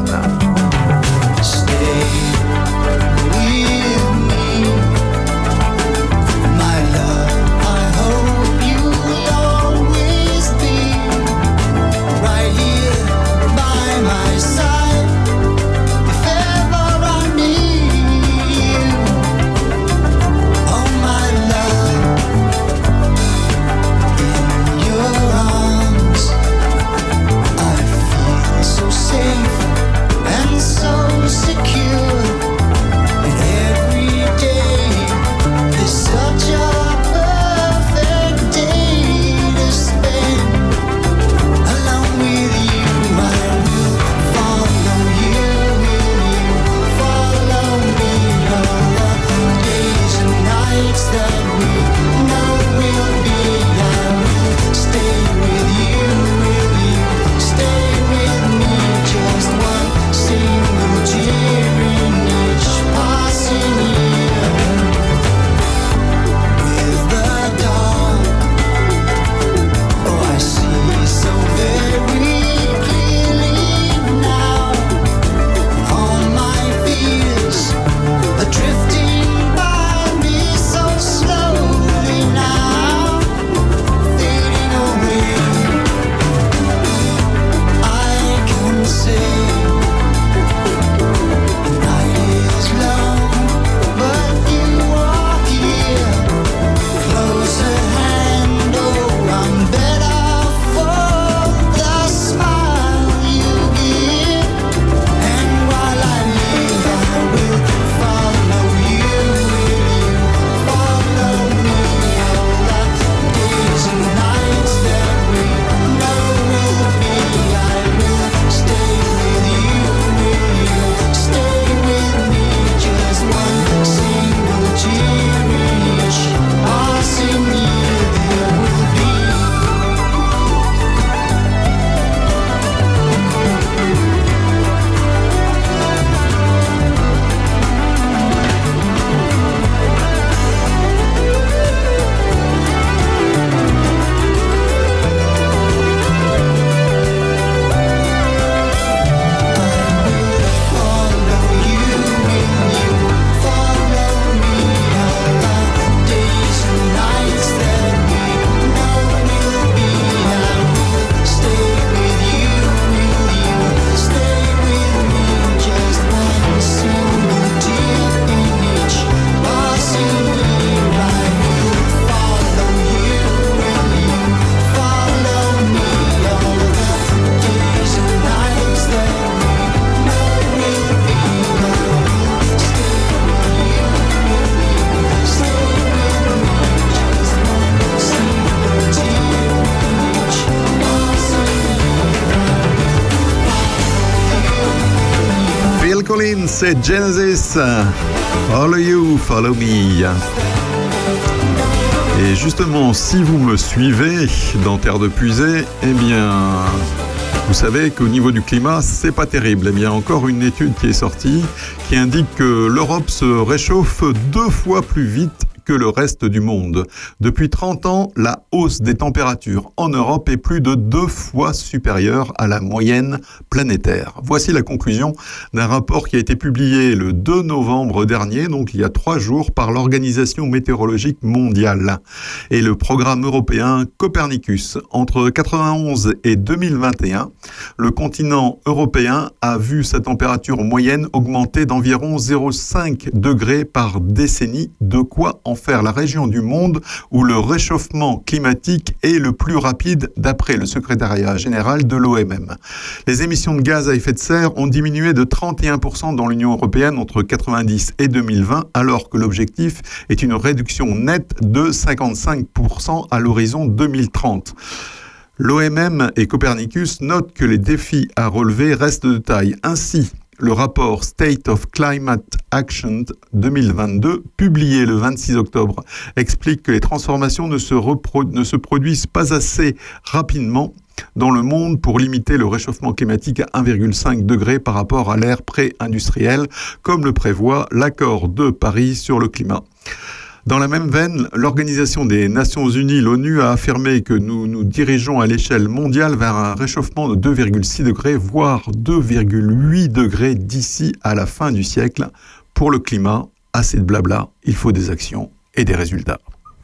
Collins et Genesis. Follow you, follow me. Et justement, si vous me suivez dans Terre de Puisée, eh bien, vous savez qu'au niveau du climat, c'est pas terrible. Eh bien, encore une étude qui est sortie qui indique que l'Europe se réchauffe 2 fois plus vite que le reste du monde. Depuis 30 ans, la hausse des températures en Europe est plus de 2 fois supérieure à la moyenne planétaire. Voici la conclusion d'un rapport qui a été publié le 2 novembre dernier, donc il y a 3 jours, par l'Organisation météorologique mondiale et le programme européen Copernicus. Entre 91 et 2021, le continent européen a vu sa température moyenne augmenter d'environ 0,5 degrés par décennie, de quoi en faire la région du monde où le réchauffement climatique est le plus rapide d'après le secrétariat général de l'OMM. Les émissions de gaz à effet de serre ont diminué de 31% dans l'Union européenne entre 1990 et 2020, alors que l'objectif est une réduction nette de 55% à l'horizon 2030. L'OMM et Copernicus notent que les défis à relever restent de taille. Ainsi, le rapport State of Climate Action 2022, publié le 26 octobre, explique que les transformations ne se produisent pas assez rapidement dans le monde pour limiter le réchauffement climatique à 1,5 degré par rapport à l'ère pré-industrielle, comme le prévoit l'accord de Paris sur le climat. Dans la même veine, l'Organisation des Nations Unies, l'ONU, a affirmé que nous nous dirigeons à l'échelle mondiale vers un réchauffement de 2,6 degrés, voire 2,8 degrés d'ici à la fin du siècle. Pour le climat, assez de blabla, il faut des actions et des résultats.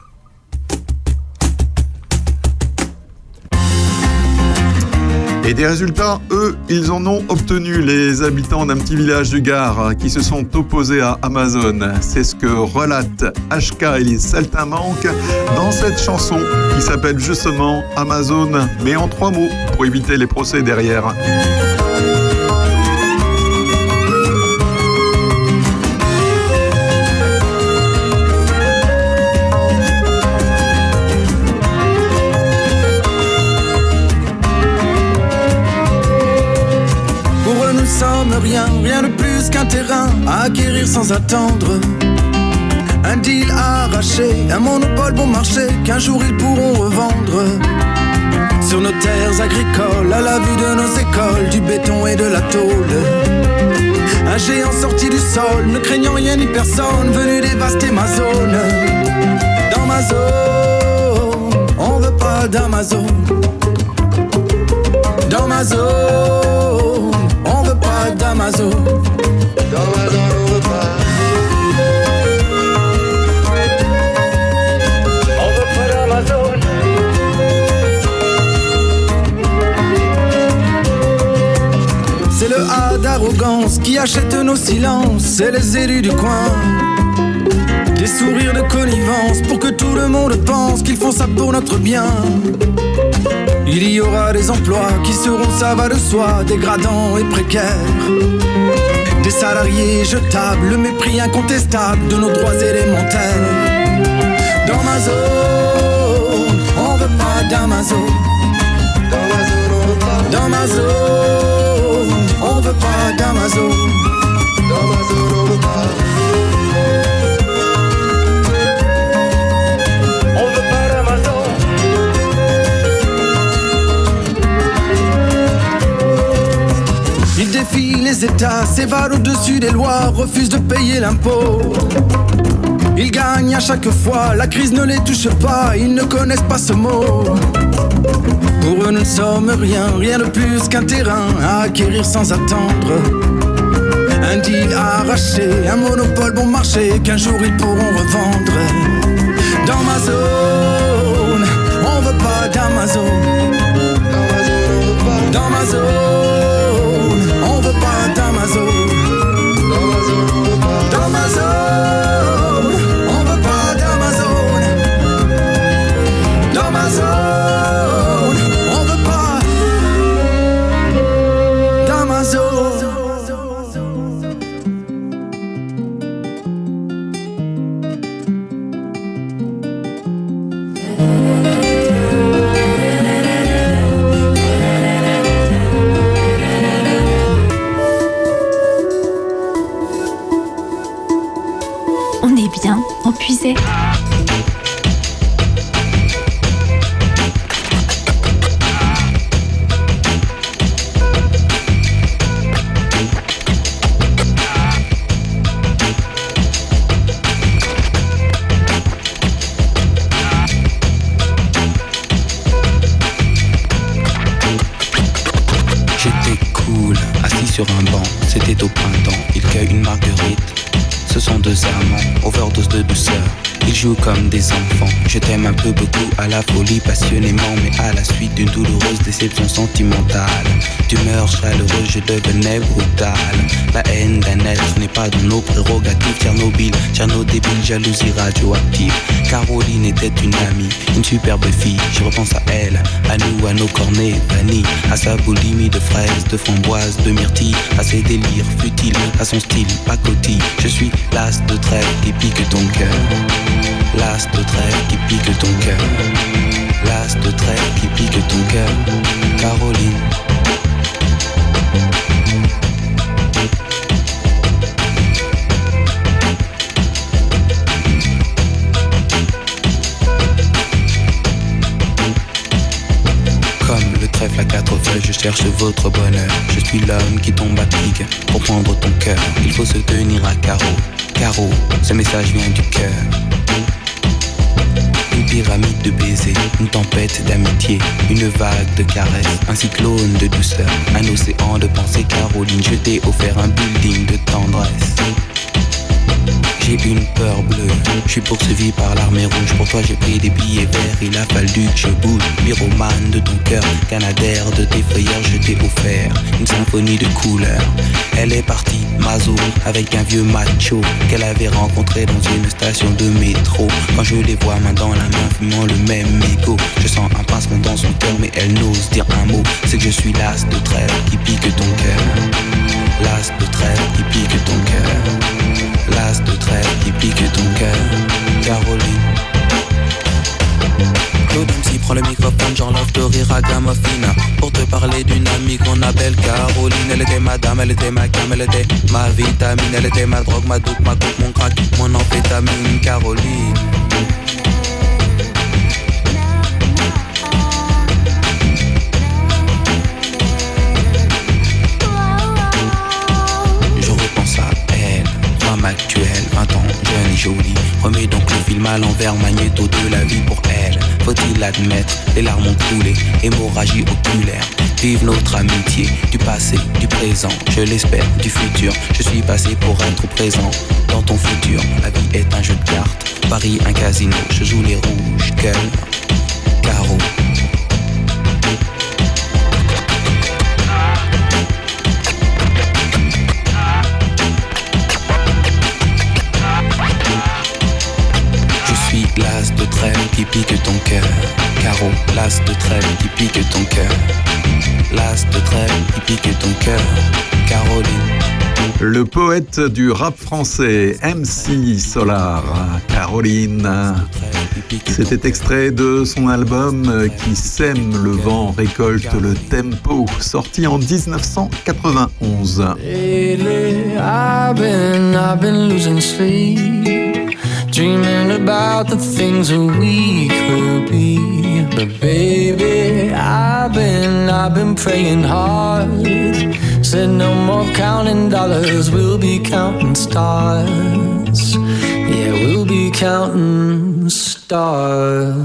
Et des résultats, eux, ils en ont obtenu, les habitants d'un petit village du Gard qui se sont opposés à Amazon. C'est ce que relatent HK et les Saltimbanques dans cette chanson qui s'appelle justement Amazon, mais en 3 mots pour éviter les procès derrière. Rien de plus qu'un terrain à acquérir sans attendre. Un deal arraché, un monopole bon marché qu'un jour ils pourront revendre. Sur nos terres agricoles, à la vue de nos écoles, du béton et de la tôle. Un géant sorti du sol, ne craignant rien ni personne, venu dévaster ma zone. Dans ma zone, on veut pas d'Amazon. Dans ma zone, on veut pas d'Amazon. Dans ma zone, on veut pas. On veut pas d'Amazon. C'est le A d'arrogance qui achète nos silences. C'est les élus du coin. Des sourires de connivence pour que tout le monde pense qu'ils font ça pour notre bien. Il y aura des emplois qui seront, ça va de soi, dégradants et précaires. Des salariés jetables, le mépris incontestable de nos droits élémentaires. Dans ma zone, on veut pas d'Amazon. Dans ma zone, on veut pas. Dans ma zone, on veut pas d'Amazon. Dans ma zone, on veut pas. Il défie les États, s'évade au-dessus des lois, refuse de payer l'impôt. Ils gagnent à chaque fois, la crise ne les touche pas, ils ne connaissent pas ce mot. Pour eux nous ne sommes rien, rien de plus qu'un terrain à acquérir sans attendre. Un deal arraché, un monopole bon marché qu'un jour ils pourront revendre. Dans ma zone, on veut pas d'Amazon. Dans ma zone, on veut pas d'Amazon. Dans ma zone, on veut pas. Dans ma zone, on veut pas d'Amazon. Dans ma zone, on veut pas d'Amazon. sur un banc, c'était au printemps. Il cueille une marguerite. Ce sont deux amants, overdose de douceur. Ils jouent comme des enfants. Je t'aime un peu beaucoup à la folie passionnément, mais à la suite d'une douloureuse déception sentimentale. D'humeur chaleureuse, je devenais brutal. La haine d'un être n'est pas dans nos prérogatives. Tcherno débile, jalousie radioactive. Caroline était une amie, une superbe fille. Je repense à elle, à nous, à nos cornets vanille, à sa boulimie de fraises, de framboises, de myrtilles, à ses délires futiles, à son style pacotille. Je suis l'as de trêve qui pique ton cœur. L'as de trêve qui pique ton cœur. L'as de trêve qui pique ton cœur. Caroline. Comme le trèfle à quatre feuilles, je cherche votre bonheur. Je suis l'homme qui tombe à pic pour prendre ton cœur. Il faut se tenir à carreau. Carreau, ce message vient du cœur. Une pyramide de baisers, une tempête d'amitié, une vague de caresses, un cyclone de douceur, un océan de pensée. Caroline, je t'ai offert un building de tendresse. J'ai une peur bleue, je suis poursuivi par l'armée rouge. Pour toi j'ai pris des billets verts, il a fallu que je bouge. Pyromane de ton cœur, canadaire de tes frayeurs. Je t'ai offert une symphonie de couleurs. Elle est partie, Mazo, avec un vieux macho qu'elle avait rencontré dans une station de métro. Quand je les vois main dans la main, fumant le même mégot, je sens un pincement dans son cœur, mais elle n'ose dire un mot. C'est que je suis l'as de trêve qui pique ton cœur. L'as de trêve qui pique ton cœur. L'as de trêve qui pique ton cœur. Caroline. Claude MC prend le microphone, j'enlève de rire à Gamofina pour te parler d'une amie qu'on appelle Caroline. Elle était ma dame, elle était ma cam, elle était ma vitamine. Elle était ma drogue, ma dope, ma coupe, mon crack, mon amphétamine. Caroline. Actuelle, 20 ans, jeune et jolie. Remets donc le film à l'envers, magnéto de la vie pour elle. Faut-il l'admettre, les larmes ont coulé, hémorragie oculaire. Vive notre amitié, du passé, du présent, je l'espère, du futur. Je suis passé pour être présent dans ton futur. La vie est un jeu de cartes, Paris un casino. Je joue les rouges, cœur, carreau. L'as de trêve qui pique ton cœur. Carreau, l'as de trêve qui pique ton cœur. L'as de trêve qui pique ton cœur. Caroline. Le poète du rap français, MC Solar, Caroline. C'était extrait de son album Qui sème le vent récolte le tempo, sorti en 1991. Lately, I've been losing sleep, dreaming about the things that we could be. But baby, I've been praying hard. Said no more counting dollars, we'll be counting stars. Yeah, we'll be counting stars.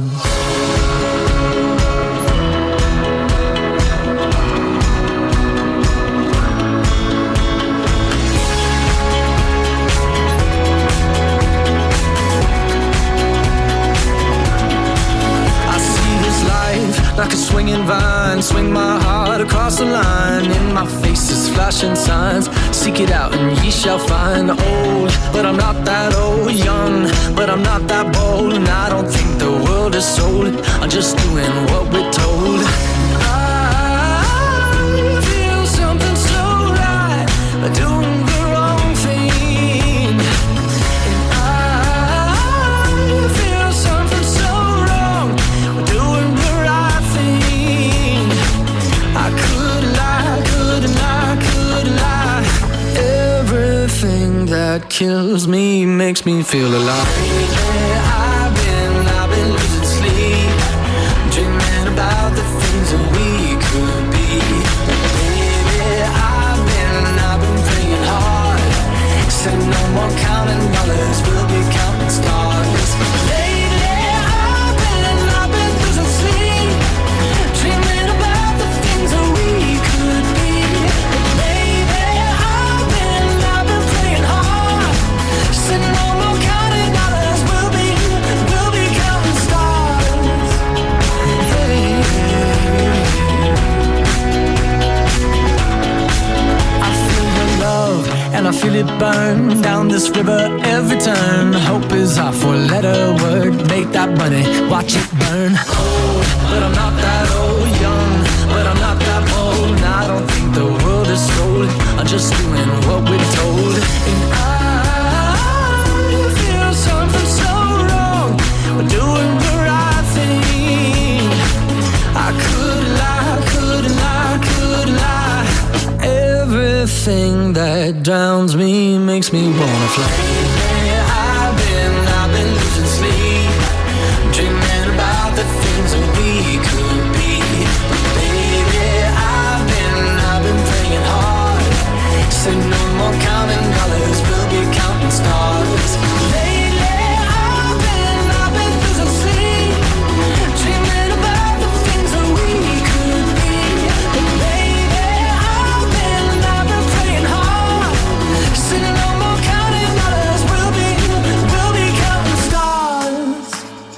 Like a swinging vine, swing my heart across the line. In my face is flashing signs. Seek it out and ye shall find. Old, but I'm not that old. Young, but I'm not that bold. And I don't think the world is sold. I'm just doing what we're told. I feel something so right, doing the wrong thing. And I feel something so wrong, doing the right thing. I could lie. Everything that kills me makes me feel alive. I've been losing sleep, dreaming about the things that we could be. Baby, I've been praying hard. Said no more counting dollars, we'll be counting stars. Lately, I've been losing sleep, dreaming about the things that we could be. Baby, river every turn. Hope is our four-letter word. Make that money, watch it burn. Old, but I'm not that old. Young, but I'm not that bold. And I don't think the world is sold. I'm just doing what we're told. And I feel something so wrong. We're doing the right thing. I could lie, could lie, could lie. Everything that drowns me makes me wanna fly. I've been losing sleep, dreaming about the things that we could be. But baby, I've been praying hard. Said no more counting dollars, we'll be counting stars. Lately, I've been losing sleep, dreaming about the things that we could be. But baby, I've been praying hard. Said no more counting dollars, we'll be counting stars.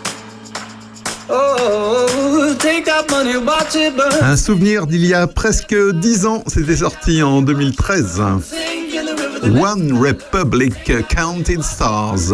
Oh, take that money, watch it burn. Un souvenir d'il y a presque 10 ans, c'était sorti en 2013. One Republic, Counting Stars.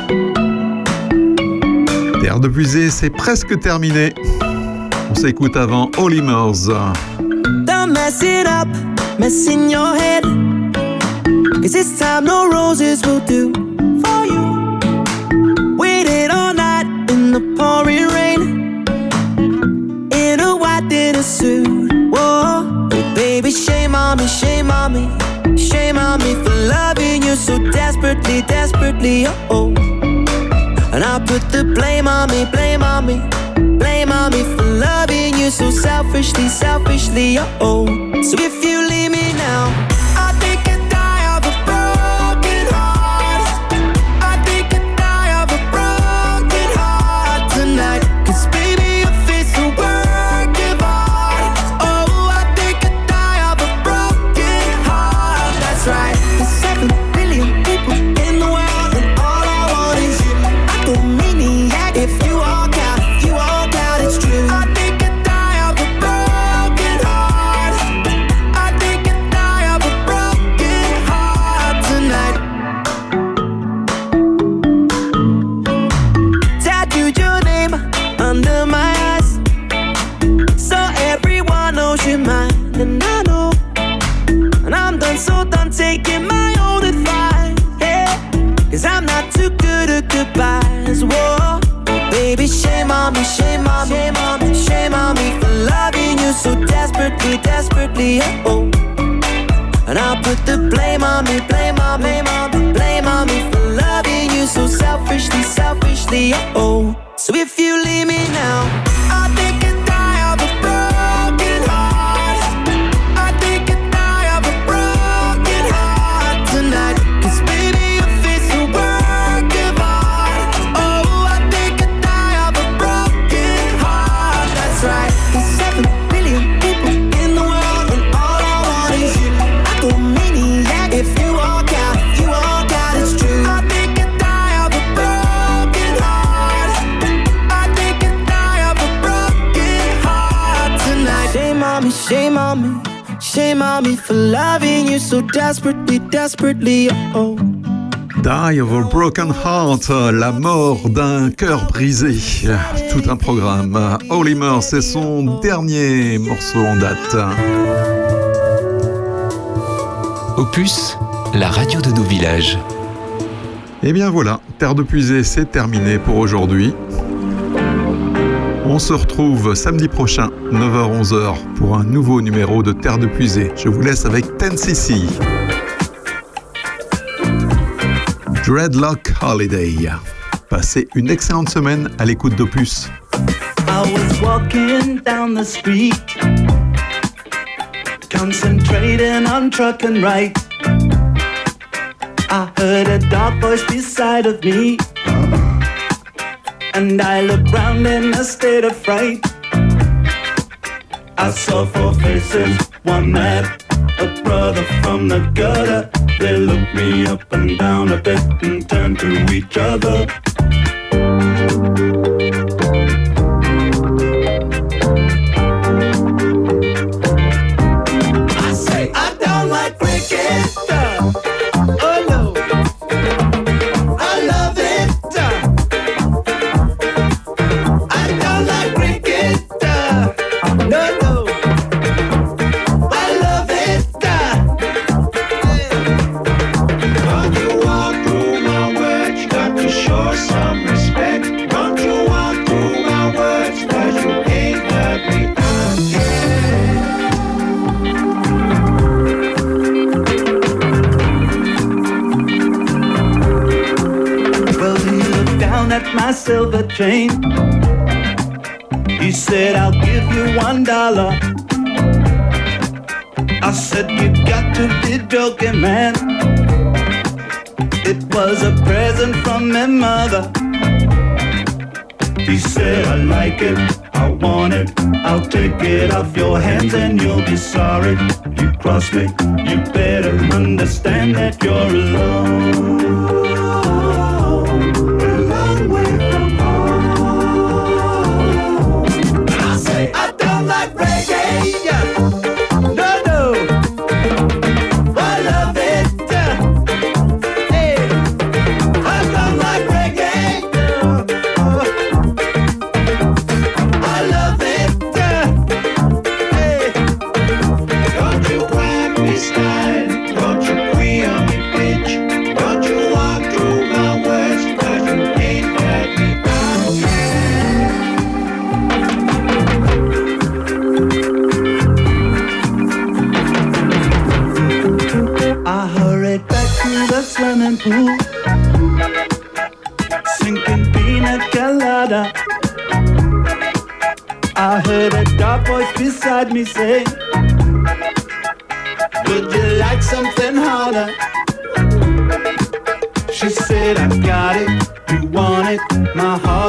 Terre de Puisée, c'est presque terminé. On s'écoute avant Olimers. Don't mess it up, mess in your head. 'Cause this time no roses will do for you. Waited all night in the pouring rain, in a white dinner suit. Whoa, baby, shame on me, shame on me, shame on me for loving you so desperately, desperately. Oh, and I put the blame on me, blame on me, blame on me for loving you so selfishly, selfishly. Oh, so if you leave me now, I think I'd die of a broken heart. I think I'd die of a broken heart tonight. 'Cause baby, your face a work of art. Oh, I think I'd die of a broken heart. That's right. There's 7 billion people in the world, and all I want is you. I go maniac if you walk out, you walk out, it's true. I think I'd die of a broken heart. I think I'd die of a broken heart tonight. Tattooed your name under my eyes, so everyone knows you're mine. And I know, and I'm done, so done taking my own advice. Yeah, 'cause I'm not too good at goodbyes. Whoa, baby, shame on me, shame on me, shame on me, shame on me for loving you so desperately, desperately. Oh, and I put the blame on me, blame on me, blame on me for loving you so selfishly, selfishly. Oh, so if you leave me now, I think I'd die of a broken heart. I think I'd die of a broken heart tonight. 'Cause baby, your face a work of art. Oh, I think I'd die of a broken heart. That's right. There's 7 billion people in the world, and all I want is you. I go maniac if you walk out, it's true. I think I'd die of a broken heart. I think I'd die of a broken heart tonight. Shame on me, shame on me, shame on me for loving you so desperately, desperately. Oh. Die of a Broken Heart, la mort d'un cœur brisé. Tout un programme. Olimers, c'est son dernier morceau en date. Opus, la radio de nos villages. Et bien voilà, Terre de Puisée, c'est terminé pour aujourd'hui. On se retrouve samedi prochain, 9h-11h, pour un nouveau numéro de Terre de Puisée. Je vous laisse avec 10cc. Dreadlock Holiday. Passez une excellente semaine à l'écoute d'Opus. I was walking down the street, concentrating on truck and right. I heard a dark voice beside of me, and I looked round in a state of fright. I saw 4 faces, one mad, a brother from the gutter. They looked me up and down a bit and turned to each other. I say I don't like cricket. Oh no. silver chain. He said, I'll give you $1. I said, you got to be joking, man. It was a present from my mother. He said, I like it, I want it, I'll take it off your hands and you'll be sorry. You cross me, you better understand that you're alone. A long way from home. I say, I don't like reggae, no, no, I love it. Hey, I don't like reggae. I love it. Hey, don't you grab me style, don't you queer me bitch, don't you walk through my words, 'cause you ain't heard me out. I hurried back to the swimming pool, sinking pina colada. I heard a dark voice beside me say, would you like something harder? She said, I got it, you want it, my heart